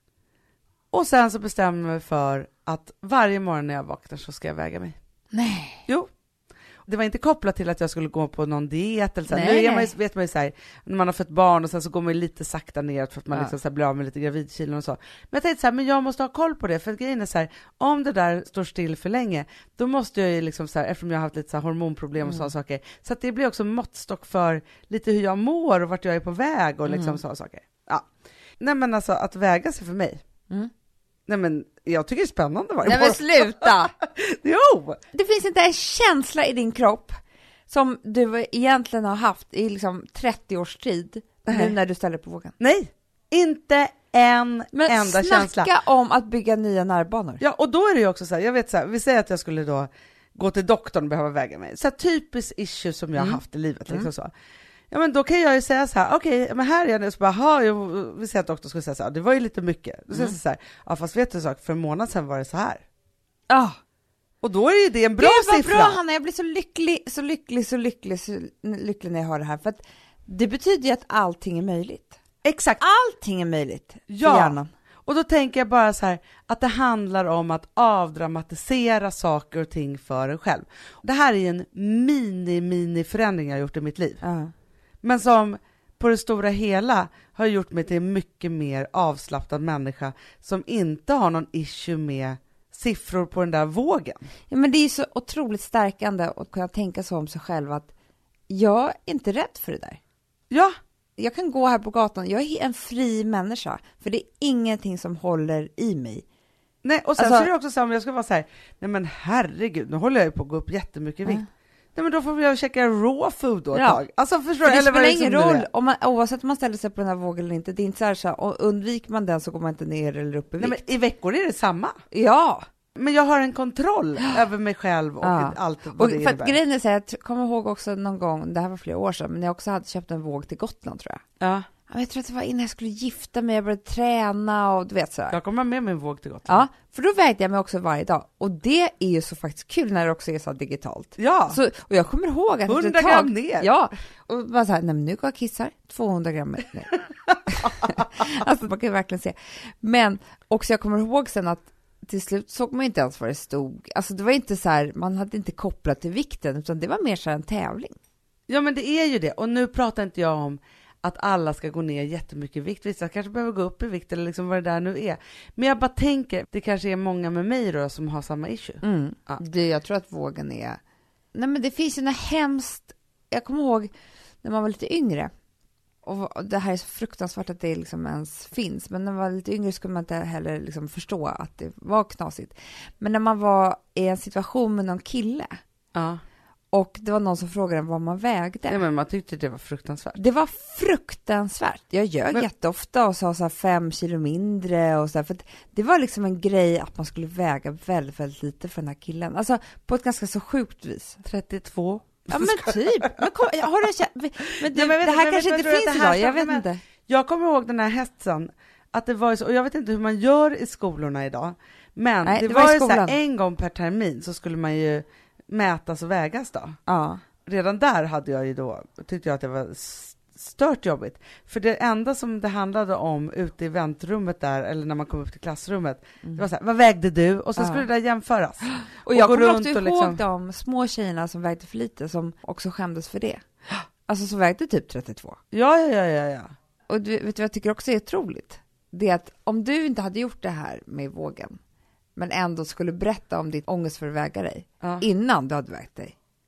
Och sen så bestämde jag mig för att varje morgon när jag vaknar så ska jag väga mig. Nej. Jo. Det var inte kopplat till att jag skulle gå på någon diet eller så. Nej, Nu är man, nej. ju- vet man ju så här, när man har fött barn och sen så går man ju lite sakta ner för att man Ja. liksom så här blir av med lite gravidkilon och så. Men jag tänkte så här, men jag måste ha koll på det, för att grejen är så här, om det där står still för länge, då måste jag ju liksom så här, eftersom jag har haft lite så här hormonproblem och Mm. sådana saker, så att det blir också måttstock för lite hur jag mår och vart jag är på väg och liksom Mm. sådana saker. Ja. Nej men alltså att väga sig för mig, Mm. nej men jag tycker det är spännande varje Nej men morgon. sluta! Jo! Det finns inte en känsla i din kropp som du egentligen har haft i liksom trettio års tid Nej. nu när du ställer på vågen. Nej, inte en Men enda snacka känsla. om att bygga nya nervbanor. Ja, och då är det ju också så här, jag vet så här, vi säger att jag skulle då gå till doktorn och behöva väga mig. Så här, typiskt issue som jag har Mm. haft i livet. Liksom Mm. så. Ja, men då kan jag ju säga så här, okej, men här är jag nu, så bara, aha, jag, vi säger att doktorn skulle säga så här, det var ju lite mycket. Då säger Mm. jag så här, ja fast vet du en sak, för en månad sedan var det så här. Ah. Och då är ju det en bra Gud, vad siffra. bra Hanna, jag blir så lycklig, så lycklig, så lycklig, så lycklig när jag hör det här. För att det betyder ju att allting är möjligt. Exakt. Allting är möjligt för Ja. hjärnan. Och då tänker jag bara så här, att det handlar om att avdramatisera saker och ting för en själv. Det här är en mini-mini förändring jag har gjort i mitt liv. Ja. Men som på det stora hela har gjort mig till en mycket mer avslappnad människa som inte har någon issue med siffror på den där vågen. Ja, men det är så otroligt stärkande att kunna tänka så om sig själv att jag är inte rädd för det där. Ja, Jag kan gå här på gatan, jag är en fri människa, för det är ingenting som håller i mig. nej, och sen Alltså- så är det också så om jag ska vara så här, nej men herregud, nu håller jag ju på att gå upp jättemycket i vikt. Ja. Nej men då får jag käka raw food då ett Ja. tag. Alltså förstår För du? det Eller vad spelar det ingen som nu roll, är. om man, oavsett om man ställer sig på den här vågen eller inte, det är inte så här, så här och undviker man den så går man inte ner eller upp i Nej vikt. men i veckor är det samma. Ja, Men jag har en kontroll över mig själv och Ja. allt vad och det för att innebär. grejen är så här, jag tr- kommer ihåg också någon gång, det här var flera år sedan, men jag också hade köpt en våg till Gotland tror jag. Ja, Ja, men jag tror att det var innan jag skulle gifta mig, jag började träna och du vet sådär. jag kommer med min våg till Gotland. Ja, för då vägde jag mig också varje dag. Och det är ju så faktiskt kul när det också är så här digitalt. Ja, Så, och jag kommer ihåg att hundra efter ett tag, gram ner. Ja, och bara så här, nej men nu går jag och kissar, tvåhundra gram ner. Alltså man kan ju verkligen se. Men också jag kommer ihåg sen att till slut såg man inte ens vad det stod. Alltså det var inte så här, man hade inte kopplat till vikten, utan det var mer så här en tävling. Ja men det är ju det, och nu pratar inte jag om att alla ska gå ner jättemycket i vikt. Vissa kanske behöver gå upp i vikt eller liksom vad det där nu är. Men jag bara tänker, det kanske är många med mig då som har samma issue. Mm. Ja. Det, jag tror att vågen är... Nej men det finns ju något hemskt... Jag kommer ihåg när man var lite yngre. Och det här är så fruktansvärt att det liksom ens finns. Men när man var lite yngre skulle man inte heller liksom förstå att det var knasigt. Men när man var i en situation med någon kille. Ja. Och det var någon som frågade vad man vägde. Ja, men man tyckte det var fruktansvärt. Det var fruktansvärt. Jag ljög Men- jätteofta och sa så här fem kilo mindre och så här, för att det var liksom en grej att man skulle väga väldigt, väldigt lite för den här killen. Alltså på ett ganska så sjukt vis. trettiotvå. Ja men typ. Men kom, har du känt, men du, Ja, men jag vet det inte, här men kanske vet inte du att finns det här idag, jag ska- vet men- inte. Jag kommer ihåg den här hetsen, att det var ju så, och jag vet inte hur man gör i skolorna idag, men Nej, det, det var, var i ju så här, skolan. en gång per termin så skulle man ju mätas och vägas då. Ja. Redan där hade jag ju då, tyckte jag att det var s- stört jobbigt. För det enda som det handlade om ute i väntrummet där, eller när man kom upp till klassrummet, det var så här, vad vägde du? Och så Ja. skulle det där jämföras. Och jag gå kommer runt också och ihåg liksom- de små tjejerna som vägde för lite som också skämdes för det. Alltså som vägde typ trettiotvå. Ja, ja, ja, ja, ja. Och du, vet du vad jag tycker också är otroligt? Det är att om du inte hade gjort det här med vågen, men ändå skulle berätta om ditt ångest för att väga dig Ja. innan du hade vägt dig.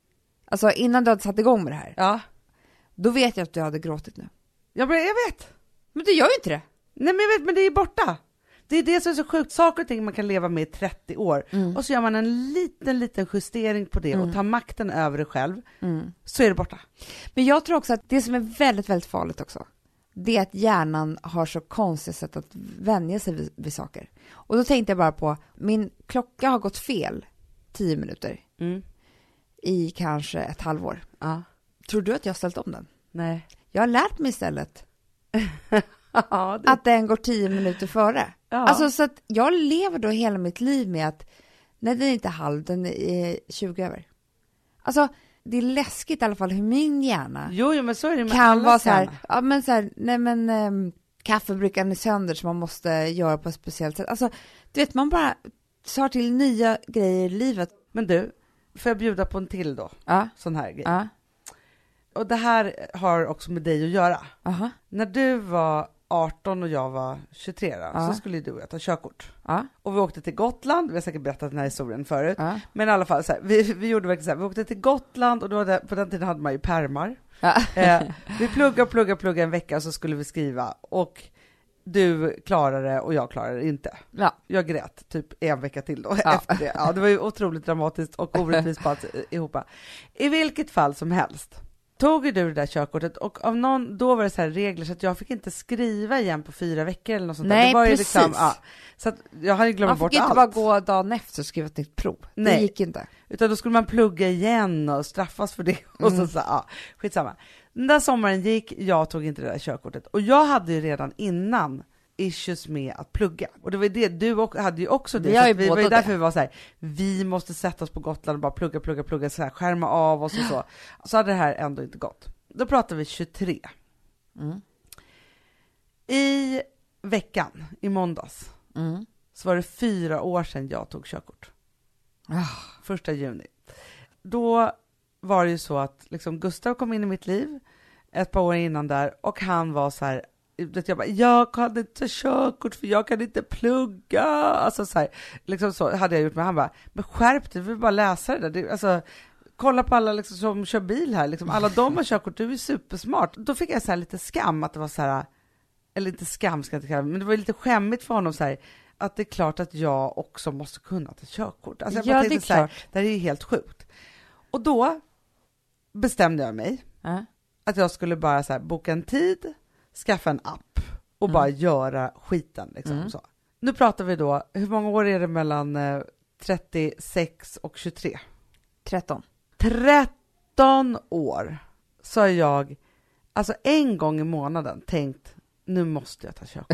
Alltså innan du hade satt igång med det här. Ja. Då vet jag att du hade gråtit nu. Jag, bara, jag vet. Men du gör ju inte det. Nej, men jag vet, men det är borta. Det är det som är så sjukt. Saker och ting man kan leva med i trettio år. Mm. Och så gör man en liten, liten justering på det Mm. och tar makten över det själv. Mm. Så är det borta. Men jag tror också att det som är väldigt, väldigt farligt också, det är att hjärnan har så konstigt sätt att vänja sig vid, vid saker. Och då tänkte jag bara på, min klocka har gått fel tio minuter Mm. i kanske ett halvår. Ja. Tror du att jag har ställt om den? Nej. Jag har lärt mig istället Ja, det... att den går tio minuter före. Ja. Alltså så att jag lever då hela mitt liv med att nej, den är inte halv, den är tjugo över. Alltså det är läskigt i alla fall hur min hjärna Jo, jo, men så är det med kan alla vara så här, hjärna. ja men så här, nej men äm, kaffebrickan är sönder som man måste göra på ett speciellt sätt. Alltså du vet, man bara tar till nya grejer i livet. Men du, får jag bjuda på en till då? Ja. Sån här grej. Ja. Och det här har också med dig att göra. Aha. När du var arton och jag var tjugotre då, Ja. så skulle du och jag ta körkort. Ja. Och vi åkte till Gotland, vi har säkert berättat den här historien förut. Ja. Men i alla fall, så här, vi, vi gjorde verkligen så här, vi åkte till Gotland och då hade, på den tiden hade man ju pärmar. Ja. Eh, vi pluggade, pluggade, pluggade en vecka och så skulle vi skriva. Och du klarade det och jag klarade det inte. Ja. Jag grät typ en vecka till då Ja. efter det. Ja, det var ju otroligt dramatiskt och orättvist på allt ihopa. I vilket fall som helst tog du det där körkortet och av någon, då var det så här regler så att jag fick inte skriva igen på fyra veckor eller något sånt. Nej, där. Det var ju precis. Liksom, ja, så att jag hade glömt Man bort fick inte allt. bara gå dagen efter och skriva ett nytt prov. Nej. Det gick inte. Utan då skulle man plugga igen och straffas för det. Och Mm. så, så ja, skitsamma. Den där sommaren gick, jag tog inte det där körkortet. Och jag hade ju redan innan issues med att plugga. Och det var det, du och, hade ju också det. Vi har ju Så vi var båda ju därför det. vi var så här, vi måste sätta oss på Gotland och bara plugga, plugga, plugga, så här, skärma av oss och så. Så hade det här ändå inte gått. Då pratar vi tjugotre. Mm. I veckan, i måndags, Mm. så var det fyra år sedan jag tog körkort. Ah. Första juni. Då var det ju så att liksom Gustav kom in i mitt liv ett par år innan där och han var så här, vet jag bara, jag kan inte ta körkort för jag kan inte plugga. Alltså så här, liksom så hade jag gjort, men han bara, men skärp dig, vi vill bara läsa det där. Det, alltså, kolla på alla liksom, som kör bil här, liksom, alla de har körkort, du är supersmart. Då fick jag så här lite skam att det var så här, eller inte skam ska jag inte kalla det, men det var lite skämmigt för honom så här, att det är klart att jag också måste kunna ta körkort. Alltså jag bara Ja, tänkte det är så här, klart. det här är ju helt sjukt. Och då bestämde jag mig Ja. att jag skulle bara så här, boka en tid, skaffa en app och Mm. bara göra skiten. Liksom, Mm. så. Nu pratar vi då, hur många år är det mellan eh, trettiosex och tjugotre? tretton. tretton år så har jag, alltså en gång i månaden tänkt, nu måste jag ta körkort.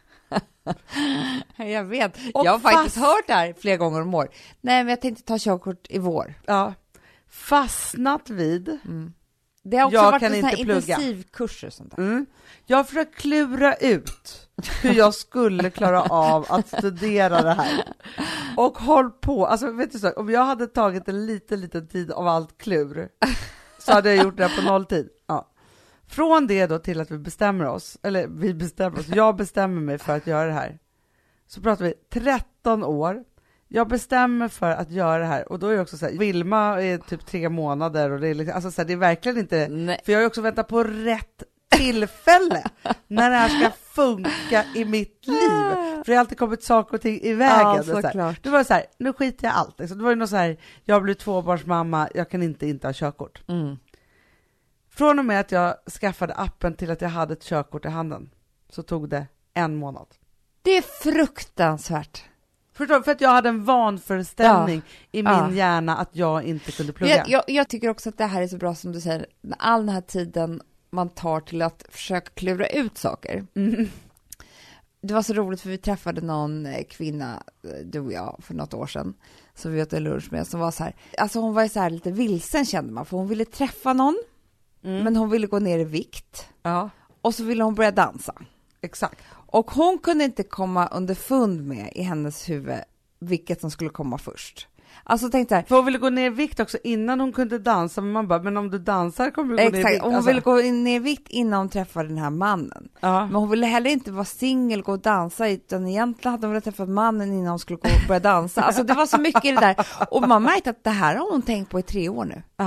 Jag vet. Och jag har fast- faktiskt hört det här flera gånger om år. Nej, men jag tänkte ta körkort i vår. Ja, fastnat vid. Det har också Jag varit kan en sån här inte plugga. intensivkurser och sånt där. Mm. Jag har försökt klura ut hur jag skulle klara av att studera det här. Och håll på, alltså vet du så, om jag hade tagit en liten, liten tid av allt klur så hade jag gjort det här på nolltid. Ja. Från det då till att vi bestämmer oss, eller vi bestämmer oss, jag bestämmer mig för att göra det här. Så pratar vi tretton år. Jag bestämmer för att göra det här och då är det också så här, Vilma är typ tre månader och det är liksom, alltså så här, det är verkligen inte, Nej. för jag har ju också väntat på rätt tillfälle när det här ska funka i mitt liv. För det har alltid kommit saker och ting i vägen. Ja, Och så här. såklart. Det var så här, nu skiter jag allt. Liksom. Det var ju något så här, jag blir tvåbarnsmamma, jag kan inte inte ha körkort. Mm. Från och med att jag skaffade appen till att jag hade ett körkort i handen så tog det en månad. Det är fruktansvärt. Förstår du? För att jag hade en vanföreställning Ja. i min Ja. hjärna att jag inte kunde plugga. Jag, jag, jag tycker också att det här är så bra som du säger. All den här tiden man tar till att försöka klura ut saker. Mm. Det var så roligt för vi träffade någon eh, kvinna, eh, du och jag, för något år sedan. Som vi åt en lunch med, som var så här. Alltså hon var ju så här lite vilsen kände man. För hon ville träffa någon, Mm. men hon ville gå ner i vikt. Ja, Och så ville hon börja dansa. exakt. Och hon kunde inte komma underfund med i hennes huvud vilket som skulle komma först. Alltså tänkte jag, För hon ville gå ner i vikt också innan hon kunde dansa, men man bara, men om du dansar kommer du gå ner i exakt, vikt. hon Alltså, ville gå ner i vikt innan hon träffade den här mannen. ja. Men hon ville heller inte vara singel och gå och dansa, utan egentligen hade hon velat träffa mannen innan hon skulle gå och börja dansa. Alltså det var så mycket i det där. Och man märkte att det här har hon tänkt på i tre år nu. Ja.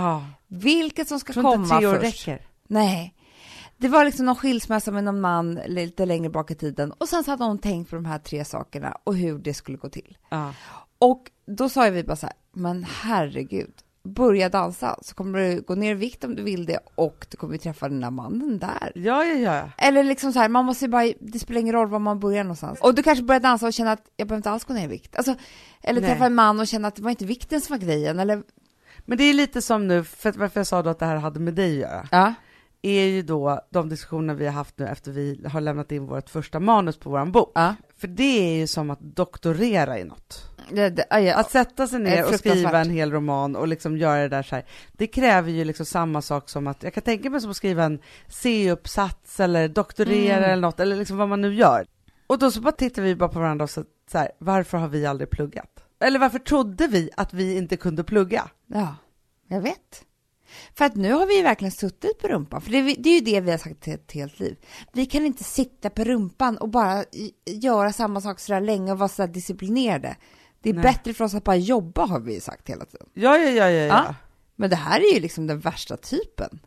vilket som ska Tror komma inte tre år först. räcker. Nej. Det var liksom någon skilsmässa med någon man lite längre bak i tiden. Och sen så hade hon tänkt på de här tre sakerna och hur det skulle gå till. Ja. Och då sa vi bara så här, men herregud, börja dansa så kommer du gå ner i vikt om du vill det och du kommer träffa den där mannen där. Ja, ja, ja. Eller liksom så här, man måste bara, det spelar ingen roll var man börjar någonstans. Och du kanske börjar dansa och känna att jag behöver inte alls gå ner i vikt. Alltså, eller Nej. träffa en man och känna att det var inte vikten som var grejen. Eller... Men det är lite som nu, för varför jag sa då att det här hade med dig att göra. Ja. Är ju då de diskussioner vi har haft nu efter vi har lämnat in vårt första manus på våran bok. Ja. För det är ju som att doktorera i något. Det, det, ja, ja. Att sätta sig Det är ner och fruktansvärt. skriva en hel roman och liksom göra det där så här. Det kräver ju liksom samma sak som att, jag kan tänka mig som att skriva en C-uppsats eller doktorera Mm. eller något, eller liksom vad man nu gör. Och då så bara tittar vi bara på varandra och så, så här, varför har vi aldrig pluggat? Eller varför trodde vi att vi inte kunde plugga? Ja, jag vet. För att nu har vi ju verkligen suttit på rumpan. För det, det är ju det vi har sagt ett helt liv. Vi kan inte sitta på rumpan och bara i- göra samma sak så där länge och vara så där disciplinerade. Det är Nej. bättre för oss att bara jobba, har vi ju sagt hela tiden. Ja, ja, ja, ja, ja. Ja. Men det här är ju liksom den värsta typen.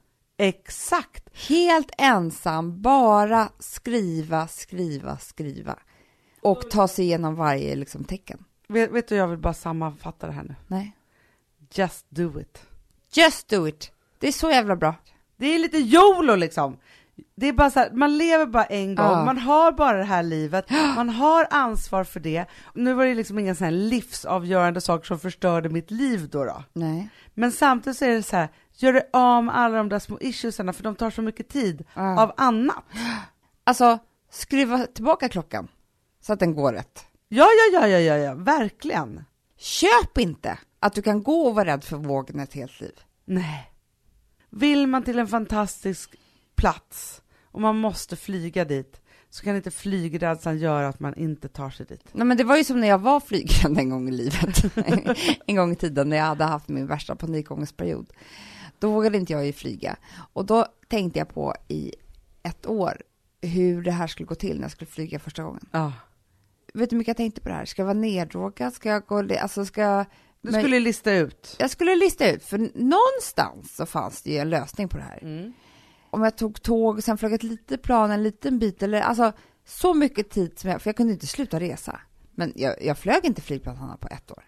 Exakt. Helt ensam, bara skriva, skriva, skriva. Och ta sig igenom varje liksom, tecken. Vet, vet du, jag vill bara sammanfatta det här nu. Nej. Just do it. Just do it. Det är så jävla bra. Det är lite YOLO liksom. Det är bara så här, man lever bara en gång, Ja. man har bara det här livet, man har ansvar för det. Nu var det liksom inga sån här livsavgörande saker som förstörde mitt liv då då. Nej. Men samtidigt så är det så här, gör det av med alla de där små issuesarna för de tar så mycket tid Ja. av annat. Alltså, skruva tillbaka klockan så att den går rätt. Ja, ja, ja, ja, ja, ja, verkligen. Köp inte att du kan gå och vara rädd för vågen ett helt liv. Nej. Vill man till en fantastisk plats och man måste flyga dit, så kan inte flygrädslan göra att man inte tar sig dit. Nej, men det var ju som när jag var flygrädd en gång i livet. En gång i tiden när jag hade haft min värsta panikångestperiod. Då vågade inte jag ju flyga. Och då tänkte jag på i ett år hur det här skulle gå till när jag skulle flyga första gången. Ja. Vet du hur mycket jag tänkte på det här? Ska jag vara neddrogad? Ska jag gå... Alltså ska jag... Du Men- skulle lista ut. Jag skulle lista ut, för någonstans så fanns det ju en lösning på det här. Mm. Om jag tog tåg och sen flög ett litet plan, en liten bit, eller alltså så mycket tid som jag, för jag kunde inte sluta resa. Men jag, jag flög inte flygplan på ett år.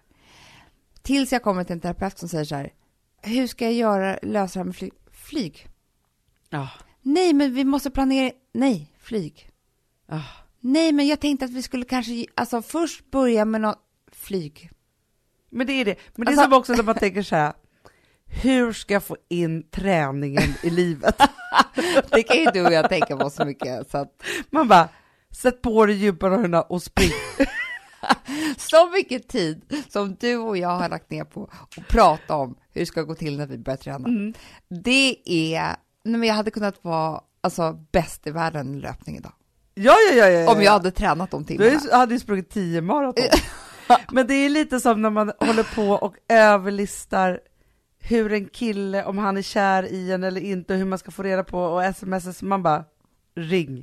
Tills jag kommer till en terapeut som säger så här, hur ska jag göra, lösa det här med flyg? Flyg. Ja. Nej, men vi måste planera, nej, flyg. Ja. Nej, men jag tänkte att vi skulle kanske, alltså först börja med något flyg. Men det är det. Men det är Alltså- som också när man tänker så här, hur ska jag få in träningen i livet? Det kan ju du och jag tänka på så mycket, så att Man bara, sätt på dig gymparörerna och spring. så mycket tid som du och jag har lagt ner på att prata om hur det ska gå till när vi börjar träna. Mm. Det är, nej, men jag hade kunnat vara alltså, bäst i världen i löpning idag. Ja, ja, ja, ja, ja. Om jag hade tränat de Du timmarna. hade ju sprungit tio maraton. Men det är lite som när man håller på och överlistar hur en kille, om han är kär i en eller inte, hur man ska få reda på och smsa, så man bara, ring.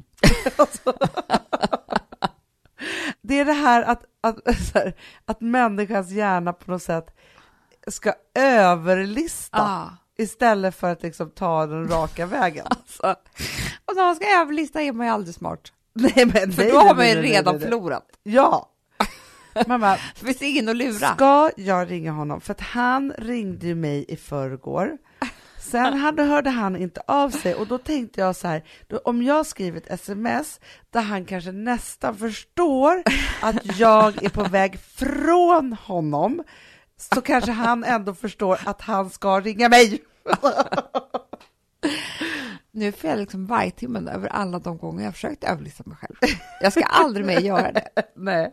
Det är det här att, att, så här, att människans hjärna på något sätt ska överlista Ah. istället för att liksom ta den raka vägen. Alltså. Och när man ska överlista är man ju aldrig smart. Nej, men, För nej, då har nej, man ju nej, nej, redan nej, nej. förlorat. Ja. Man bara, Det finns ingen att lura. ska jag ringa honom? För att han ringde ju mig i förrgår. Sen hade, hörde han inte av sig och då tänkte jag så här, då, om jag skriver ett sms där han kanske nästan förstår att jag är på väg från honom, så kanske han ändå förstår att han ska ringa mig. Nu får jag liksom vargtimmen över alla de gånger jag försökt överlista mig själv. Jag ska aldrig mer göra det. Nej.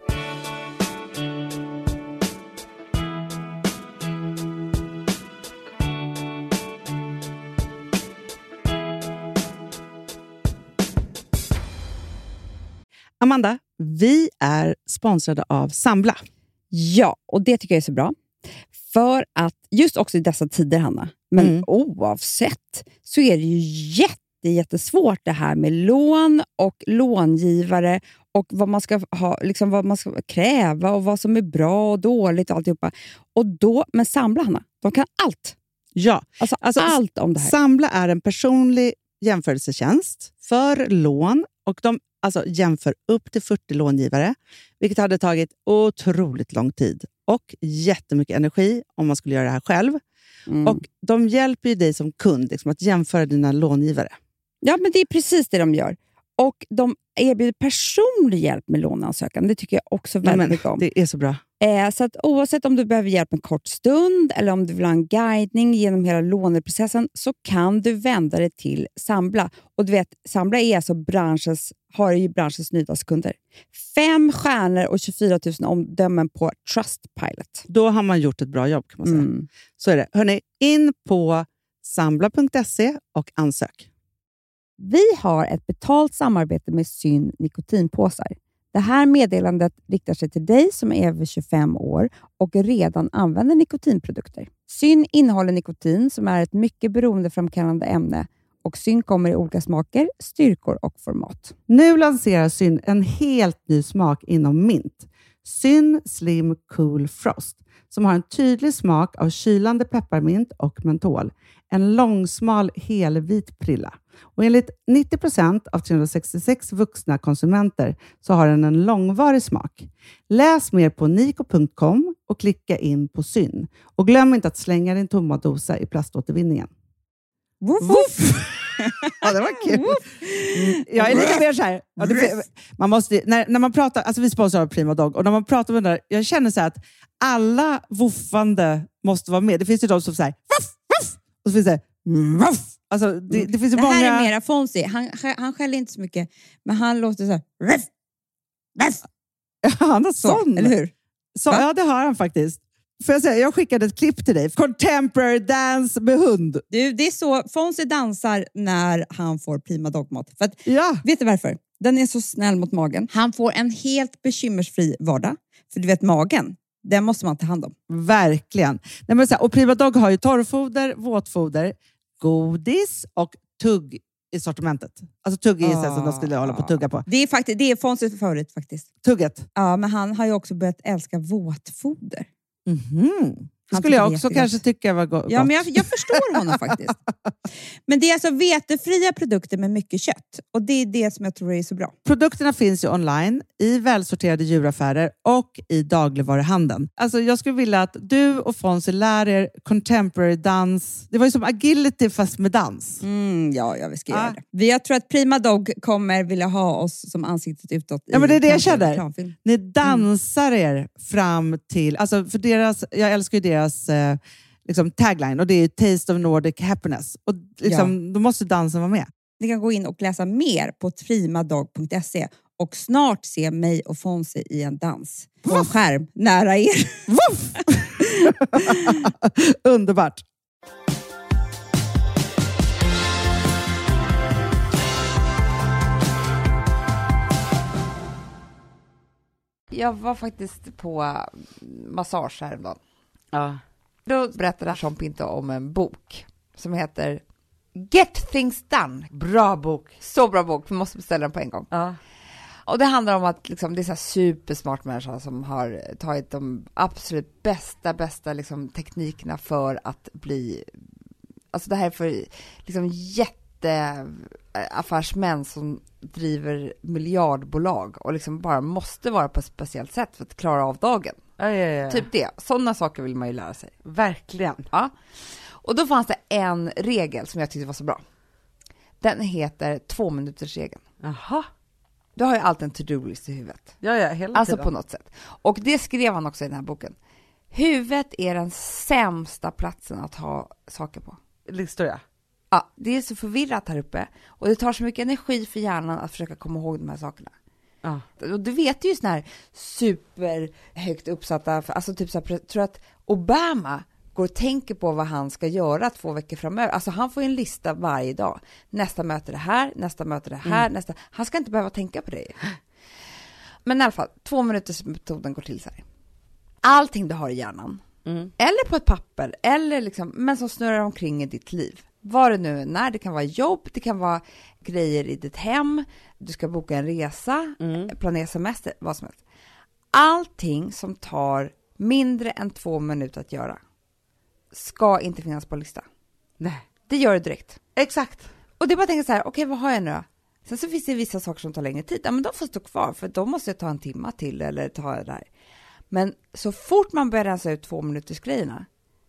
Amanda, vi är sponsrade av Sambla. Ja, och det tycker jag är så bra. För att just också i dessa tider, Hanna, men Mm. oavsett så är det ju jätte, jättesvårt det här med lån och långivare och vad man ska ha, liksom vad man ska kräva och vad som är bra och dåligt och alltihopa. Och då, men Sambla, Hanna, de kan allt. Ja, Alltså, alltså allt om det här. Sambla är en personlig jämförelsetjänst för lån och de alltså, jämför upp till fyrtio långivare, vilket hade tagit otroligt lång tid och jättemycket energi om man skulle göra det här själv. Mm. Och de hjälper ju dig som kund liksom, att jämföra dina långivare. Ja, men det är precis det de gör. Och de erbjuder personlig hjälp med låneansökan. Det tycker jag också väldigt Nej, men, mycket om. Det är så bra. Eh, så att oavsett om du behöver hjälp en kort stund eller om du vill ha en guidning genom hela låneprocessen så kan du vända dig till Sambla. Och du vet, Sambla är alltså branschens, har ju branschens nyaste kunder. Fem stjärnor och tjugofyra tusen omdömen på Trustpilot. Då har man gjort ett bra jobb kan man säga. Mm. Så är det. Hörrni, in på sambla punkt se och ansök. Vi har ett betalt samarbete med Syn nikotinpåsar. Det här meddelandet riktar sig till dig som är över tjugofem år och redan använder nikotinprodukter. Syn innehåller nikotin som är ett mycket beroendeframkallande ämne och Syn kommer i olika smaker, styrkor och format. Nu lanserar Syn en helt ny smak inom mint. Syn Slim Cool Frost som har en tydlig smak av kylande pepparmint och mentol. En långsmal helvit prilla. Och enligt nittio procent av trehundrasextiosex vuxna konsumenter så har den en långvarig smak. Läs mer på niko punkt com och klicka in på Syn. Och glöm inte att slänga din tomma dosa i plaståtervinningen. Woof, woof. Ja, det var kul. Mm, jag är lite mer så här. Ja, det, man måste, när, när man pratar, alltså vi sponsrar av Prima Dog och när man pratar med den där, jag känner så här att alla woofande måste vara med. Det finns ju de som säger woof, woof, och så finns det woof. Alltså, det, det finns ju det många... här är mera Fonzie. Han, han skäller inte så mycket, men han låter så här. Ruff, ruff. Han har sån. Eller hur? Så, ja, det har han faktiskt. Får jag säga, jag skickade ett klipp till dig. Contemporary dance med hund. Du, det är så Fonzie dansar när han får Prima Dog-mat. För att, Ja. vet du varför? Den är så snäll mot magen. Han får en helt bekymmersfri vardag. För du vet, magen, den måste man ta hand om. Verkligen. Nej, men så här, och Prima Dog har ju torrfoder, våtfoder, godis och tugg i sortimentet. Alltså tugg är ah. som de skulle hålla på att tugga på. Det är, faktiskt, det är Fonzies favorit faktiskt. Tugget? Ja, men han har ju också börjat älska våtfoder. Mhm. Det skulle jag också kanske tycka var go- ja, gott. men jag, jag förstår honom faktiskt. Men det är alltså vetefria produkter med mycket kött. Och det är det som jag tror är så bra. Produkterna finns ju online, i välsorterade djuraffärer och i dagligvaruhandeln. Alltså jag skulle vilja att du och Fonzie lär er contemporary dans. Det var ju som agility fast med dans. Mm, ja, ja, vi ska ah. göra det. Jag tror att Prima Dog kommer vilja ha oss som ansiktet utåt. Ja, men det är det jag känner. Reklamfilm. Ni dansar mm. er fram till... Alltså för deras, jag älskar ju deras eh, liksom tagline och det är Taste of Nordic Happiness. Och liksom, ja. Då måste dansen vara med. Ni kan gå in och läsa mer på primadog punkt se och snart se mig och Fonzie i en dans på en skärm nära er. Underbart. Jag var faktiskt på massage häromdagen. Ja. Då berättade Sean Pinto om en bok som heter Get Things Done. Bra bok. Så bra bok, vi måste beställa den på en gång. Ja. Och det handlar om att liksom, det är så här supersmart människa som har tagit de absolut bästa, bästa liksom, teknikerna för att bli... Alltså det här är för liksom, jätteaffärsmän som driver miljardbolag och liksom bara måste vara på ett speciellt sätt för att klara av dagen. Ja, ja, ja. Typ det. Sådana saker vill man ju lära sig. Verkligen. Ja. Och då fanns det en regel som jag tyckte var så bra. Den heter två minuters regeln. Jaha. Du har ju alltid en to-do-list i huvudet. Ja, ja, hela alltså tiden. på något sätt. Och det skrev han också i den här boken. Huvudet är den sämsta platsen att ha saker på. Listor, ja. Ja, det är så förvirrat här uppe. Och det tar så mycket energi för hjärnan att försöka komma ihåg de här sakerna. Ja. Och du vet ju såna här superhögt uppsatta, alltså typ så här, tror att Obama går och tänker på vad han ska göra två veckor framöver. Alltså han får en lista varje dag. Nästa möte det här, nästa möte det här, mm. nästa. Han ska inte behöva tänka på det. Men i alla fall, två minuters metoden går till så här. Allting du har i hjärnan, mm. eller på ett papper, eller liksom, men som snurrar omkring i ditt liv. Vad det nu är, när det kan vara jobb, det kan vara grejer i ditt hem, du ska boka en resa, mm. planera semester, vad som helst. Allting som tar mindre än två minuter att göra ska inte finnas på lista. Nej. Det gör det direkt. Exakt. Och det är bara att tänka så här, okej, okay, vad har jag nu då? Sen så finns det vissa saker som tar längre tid. Ja, men de får stå kvar, för då måste jag ta en timma till eller ta det där. Men så fort man börjar rensa ut två minuters grejerna,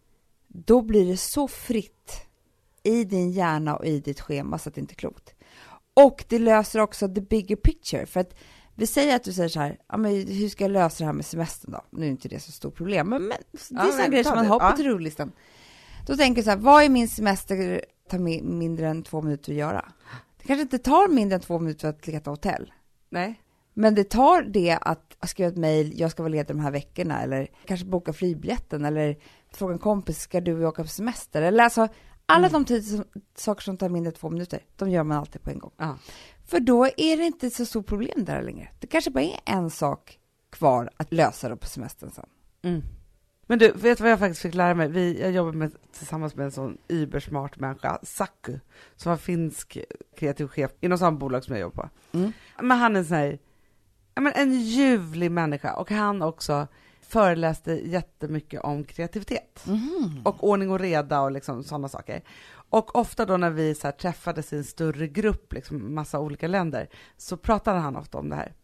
då blir det så fritt i din hjärna och i ditt schema så att det inte är klokt. Och det löser också the bigger picture. För att vi säger att du säger så här, ja, men hur ska jag lösa det här med semestern då? Nu är inte det så stort problem, men, men det är ja, sådana grejer som man har på ja. to-do-listan. Då tänker jag så här, vad är min semester tar mindre än två minuter att göra? Det kanske inte tar mindre än två minuter att leta hotell. Nej. Men det tar det att skriva ett mejl, jag ska vara ledig de här veckorna, eller kanske boka flygbiljetten, eller fråga en kompis, ska du åka på semester? Eller alltså, alla mm. de tid som, saker som tar mindre än två minuter, de gör man alltid på en gång. Ja. För då är det inte så stort problem där längre. Det kanske bara är en sak kvar att lösa då på semestern sen. Mm. Men du, vet du vad jag faktiskt fick lära mig? Vi, jag jobbar med, tillsammans med en sån ybersmart människa, Saku, som var finsk kreativ chef inom samma bolag som jag jobbar på. Mm. Men han är en sån här, men en ljuvlig människa, och han också föreläste jättemycket om kreativitet. Mm. Och ordning och reda och liksom sådana saker. Och ofta då när vi så här träffades i en större grupp, liksom massa olika länder, så pratade han ofta om det här.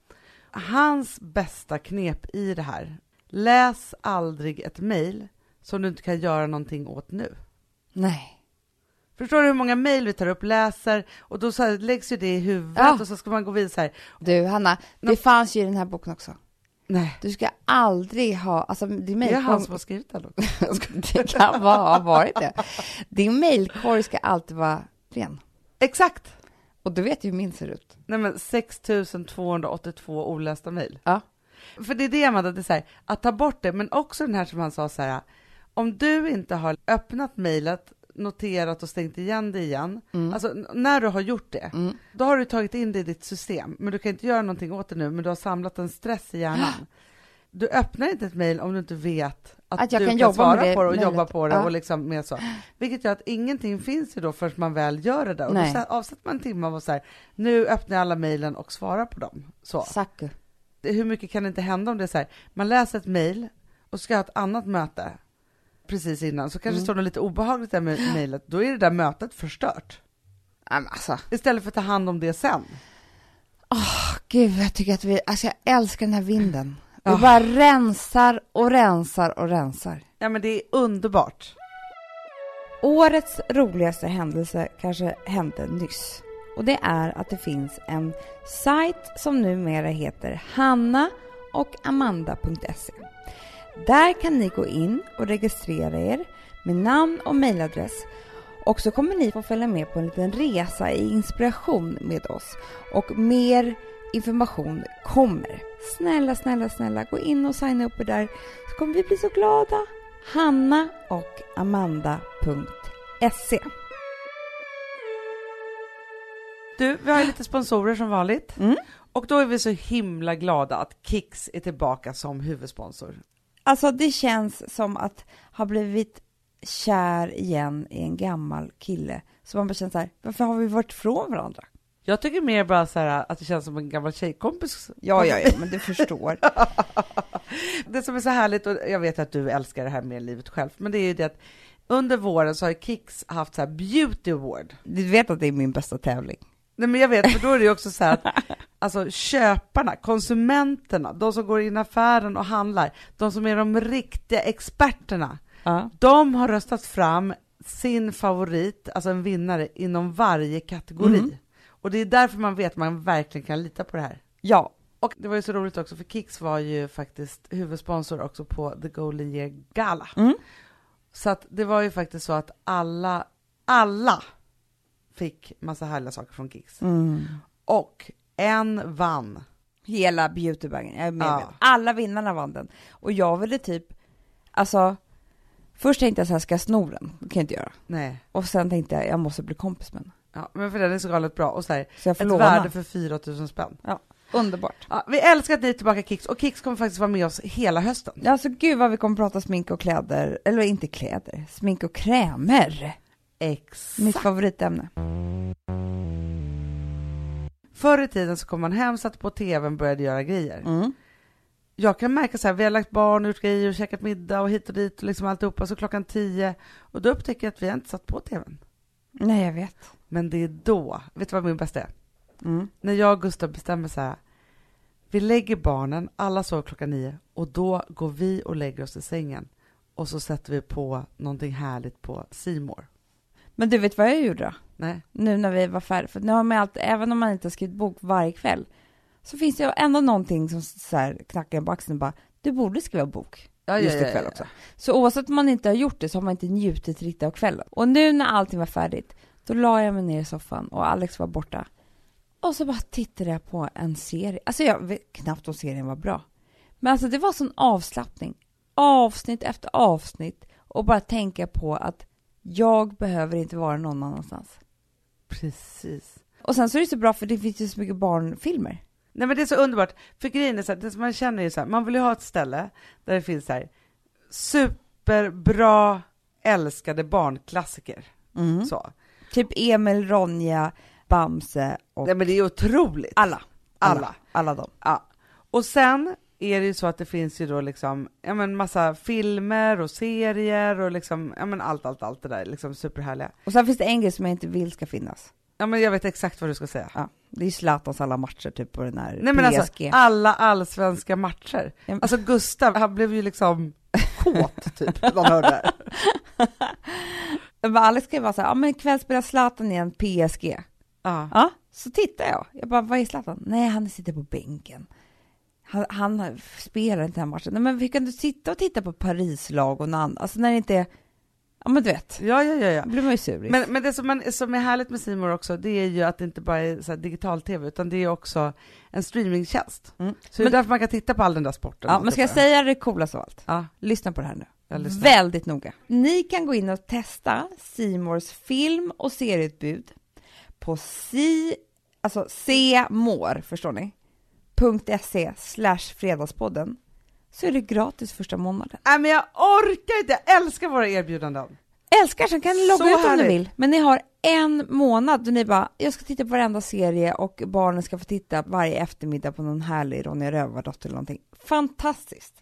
Hans bästa knep i det här: läs aldrig ett mejl som du inte kan göra någonting åt nu. Nej. Förstår du hur många mejl vi tar upp, läser, och då så här läggs ju det i huvudet ja. och så ska man gå vidare så här. Du, Hanna, det Nå- fanns ju i den här boken också. Nej. Du ska aldrig ha, alltså din mejl. Det är han som har skrivit det då. Det kan vara, ha varit det. Din mejlkorg ska alltid vara ren. Exakt. Och du vet ju hur min ser ut. Nej, men sex tusen tvåhundraåttiotvå olästa mejl. Ja. För det är det man hade sagt, att ta bort det, men också den här som han sa så här: om du inte har öppnat mejlet, noterat och stängt igen det igen, mm. alltså när du har gjort det, mm. då har du tagit in det i ditt system, men du kan inte göra någonting åt det nu, men du har samlat en stress i hjärnan. Du öppnar inte ett mejl om du inte vet att, att jag du kan, kan jobba svara det, på det och mejlet. jobba på det ja. och liksom med så. Vilket gör att ingenting finns ju då förrän man väl gör det där. Och Nej. då avsätter man en timme och så här, nu öppnar jag alla mejlen och svarar på dem. Så. Saku. Hur mycket kan det inte hända om det är så här, man läser ett mejl och ska ha ett annat möte precis innan, så kanske mm. står det lite obehagligt där med mejlet, då är det där mötet förstört. Alltså. Istället för att ta hand om det sen. Åh, oh, gud, jag tycker att vi, alltså jag älskar den här vinden. Vi oh. bara rensar och rensar och rensar. Ja, men det är underbart. Årets roligaste händelse kanske hände nyss. Och det är att det finns en sajt som numera heter hanna och amanda punkt se. Där kan ni gå in och registrera er med namn och mejladress. Och så kommer ni få följa med på en liten resa i inspiration med oss. Och mer information kommer. Snälla, snälla, snälla, gå in och signa upp er där, så kommer vi bli så glada. hanna och amanda punkt se. Du, vi har lite sponsorer som vanligt. Mm. Och då är vi så himla glada att Kicks är tillbaka som huvudsponsor. Alltså det känns som att ha blivit kär igen i en gammal kille. Så man bara känner så här, varför har vi varit från varandra? Jag tycker mer bara så här att det känns som en gammal tjejkompis. Ja, ja, ja, men du förstår. Det som är så härligt, och jag vet att du älskar det här med livet själv, men det är ju det att under våren så har Kicks haft så här beauty award. Du vet att det är min bästa tävling. Nej, men jag vet, för då är det ju också så här att alltså köparna, konsumenterna, de som går in i affären och handlar, de som är de riktiga experterna, uh. de har röstat fram sin favorit, alltså en vinnare inom varje kategori. Mm. Och det är därför man vet att man verkligen kan lita på det här. Ja. Och det var ju så roligt också, för Kicks var ju faktiskt huvudsponsor också på The Golden Year Gala. Mm. Så att det var ju faktiskt så att alla, alla fick massa härliga saker från Kicks. Mm. Och en vann. Hela beautybagen, jag är med. Ja. Alla vinnarna vann den. Och jag ville typ, alltså, först tänkte jag så här, ska jag sno den? Det kan jag inte göra. Nej. Och sen tänkte jag, jag måste bli kompis med den. Ja, men för den är så galet bra. Och så här, så jag får ett låna. värde för fyra tusen spänn. Ja, underbart. Ja, vi älskar att ni är tillbaka, Kicks. Och Kicks kommer faktiskt vara med oss hela hösten. Ja, alltså gud vad vi kommer prata smink och kläder. Eller inte kläder, smink och krämer. Exakt. Mitt favoritämne. Förr i tiden så kom man hem, satt på tvn och började göra grejer. Mm. jag kan märka så här, vi har lagt barn, gjort grejer och käkat middag och hit och dit och liksom alltihopa, så klockan tio, och då upptäcker jag att vi har inte satt på tvn. Nej, jag vet. Men det är då, vet du vad min bästa är? Mm. När jag och Gustav bestämmer så här, vi lägger barnen, alla sover klockan nio, och då går vi och lägger oss i sängen och så sätter vi på någonting härligt på C More. Men du vet vad jag gjorde då? Nej. Nu när vi var färdiga, för nu har man alltid, även om man inte har skrivit bok varje kväll, så finns det ju ändå någonting som så här knackar på axeln och bara, du borde skriva bok ja, just ja, ja, ikväll ja. också. Så oavsett om man inte har gjort det så har man inte njutit riktigt av kvällen. Och nu när allting var färdigt, då la jag mig ner i soffan och Alex var borta. Och så bara tittade jag på en serie. Alltså jag vet knappt om serien var bra. Men alltså det var sån avslappning. Avsnitt efter avsnitt. Och bara tänka på att jag behöver inte vara någon annanstans. Precis. Och sen så är det så bra för det finns ju så mycket barnfilmer. Nej, men det är så underbart. För grejen är så här, det som man känner är så här, man vill ju ha ett ställe där det finns så här superbra älskade barnklassiker. Mm. Så. Typ Emil, Ronja, Bamse och... Nej, men det är otroligt. Alla. Alla. Alla. Alla dem. Ja. Och sen är det ju så att det finns ju då liksom, ja men massa filmer och serier och liksom, ja men allt, allt, allt det där liksom superhärliga. Och sen finns det en grej som jag inte vill ska finnas. Ja, men jag vet exakt vad du ska säga. Ja, det är ju Zlatans alla matcher typ på den här Nej, men P S G. alltså, alla allsvenska matcher. Ja. Alltså Gustav, han blev ju liksom kåt typ, när han hörde det. Men Alex ska ju vara så här, ja men ikväll spelar Zlatan igen P S G. Ja. Ja, så tittar jag. Jag bara, vad är Zlatan? Nej, han sitter på bänken. Han, han spelar inte den här matchen. Nej, men vi kan du sitta och titta på Paris-lag och någon, alltså när det inte är, ja men du vet. Ja, ja, ja, ja. Då blir man ju sur. Men, men det som, man, som är härligt med C More också, det är ju att det inte bara är så här digital-tv, utan det är också en streamingtjänst. Mm. Så det är därför man kan titta på all den där sporten. Ja, men ska jag säga det coolaste av allt? Ja. Lyssna på det här nu. lyssnar. Väldigt noga. Ni kan gå in och testa C Mores film- och serieutbud på C, alltså cmore, förstår ni? .se slash fredagspodden. Så är det gratis första månaden. Nej, men jag orkar inte, jag älskar våra erbjudanden. Älskar, så kan ni logga Så ut om härligt. ni vill. Men ni har en månad och ni bara, jag ska titta på varenda serie och barnen ska få titta varje eftermiddag på någon härlig Ronja Rövardotter eller någonting. Fantastiskt.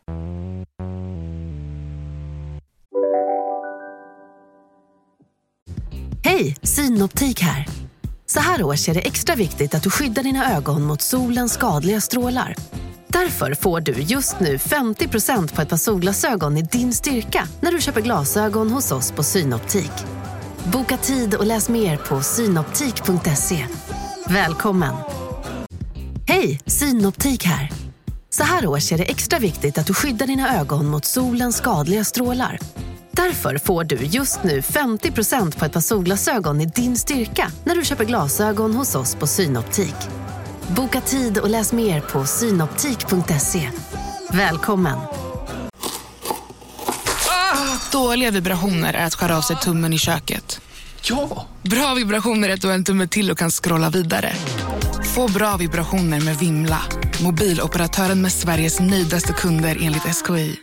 Hej, Synoptik här. Så här års är det extra viktigt att du skyddar dina ögon mot solens skadliga strålar. Därför får du just nu femtio procent på ett par solglasögon i din styrka när du köper glasögon hos oss på Synoptik. Boka tid och läs mer på synoptik punkt se. Välkommen! Hej, Synoptik här. Så här års är det extra viktigt att du skyddar dina ögon mot solens skadliga strålar. Därför får du just nu femtio procent på ett par solglasögon i din styrka när du köper glasögon hos oss på Synoptik. Boka tid och läs mer på synoptik punkt se. Välkommen! Ah, dåliga vibrationer är att skära av sig tummen i köket. Ja! Bra vibrationer är att du har en tumme till och kan scrolla vidare. Få bra vibrationer med Vimla. Mobiloperatören med Sveriges nöjdaste kunder enligt S K I.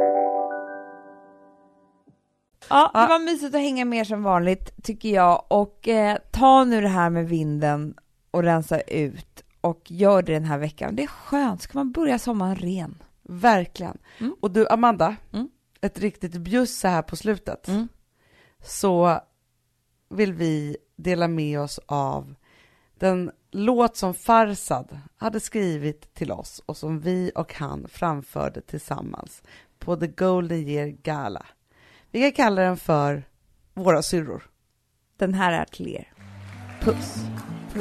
Ja, det var mysigt att hänga med som vanligt tycker jag. Och eh, ta nu det här med vinden och rensa ut. Och gör det den här veckan. Det är skönt. Ska man börja sommaren ren? Verkligen. Mm. Och du, Amanda, Mm. ett riktigt bjuss så här på slutet. Mm. Så vill vi dela med oss av den låt som Farsad hade skrivit till oss och som vi och han framförde tillsammans på The Golden Year Gala. Vi kan kalla den för Våra syrror. Den här är till er. Puss. Puss.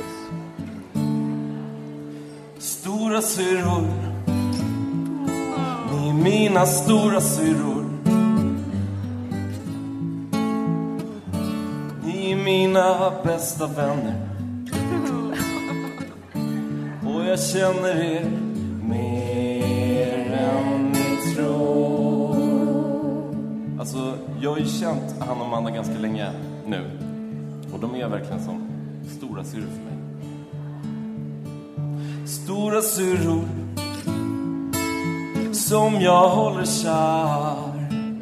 Stora syrror, ni är mina stora syrror. Ni är mina bästa vänner. Och jag känner er mer än ni tror. Alltså, jag har ju känt han och Amanda ganska länge nu. Och de är verkligen som stora syrror för mig. Stora syrror som jag håller kär.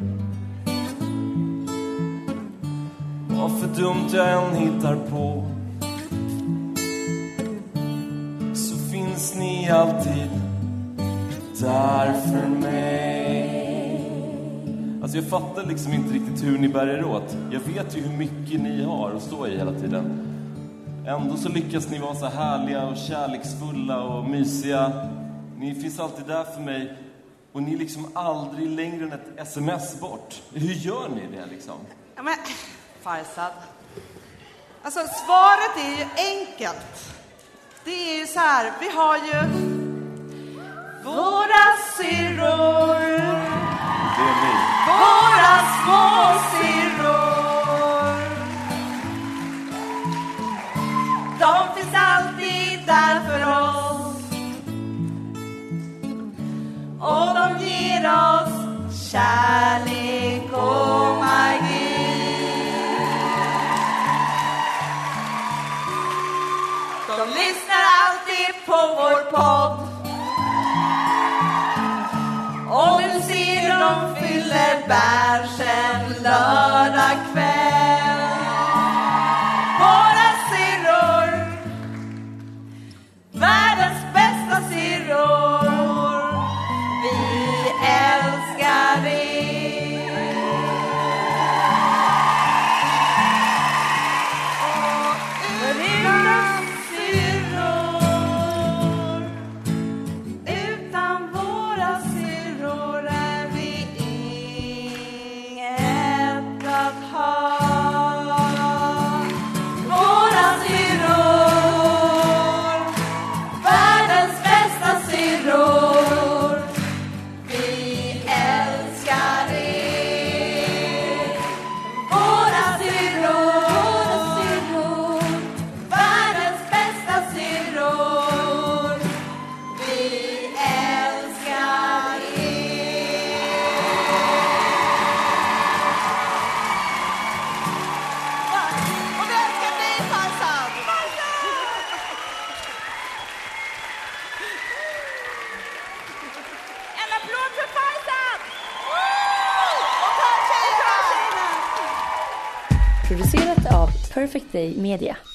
Vad för dumt jag än hittar på, så finns ni alltid där för mig. Alltså jag fattar liksom inte riktigt hur ni bär er åt. Jag vet ju hur mycket ni har att stå i hela tiden. Ändå så lyckas ni vara så härliga och kärleksfulla och mysiga. Ni finns alltid där för mig. Och ni är liksom aldrig längre än ett sms bort. Hur gör ni det liksom? Ja men, Farzad. Alltså svaret är ju enkelt. Det är ju så här, vi har ju våra syrror. Det är ni. Våra små syrror. De finns alltid där för oss. Och de ger oss kärlek och magi. De lyssnar alltid på vår podd. Och du ser de fyller bärsen lördag kväll. Våra syrror, världens bästa syrror. Vi älskar er. Och utan syrror, utan våra syrror är vi inget att ha. Våra syrror, världens bästa syrror. Vi älskar er. Våra syrror, världens bästa syrror. Vi älskar er. Och vi älskar dig, Farzad. En applåd för Farzad! Och för tjejerna! Producerat av Perfect Day Media.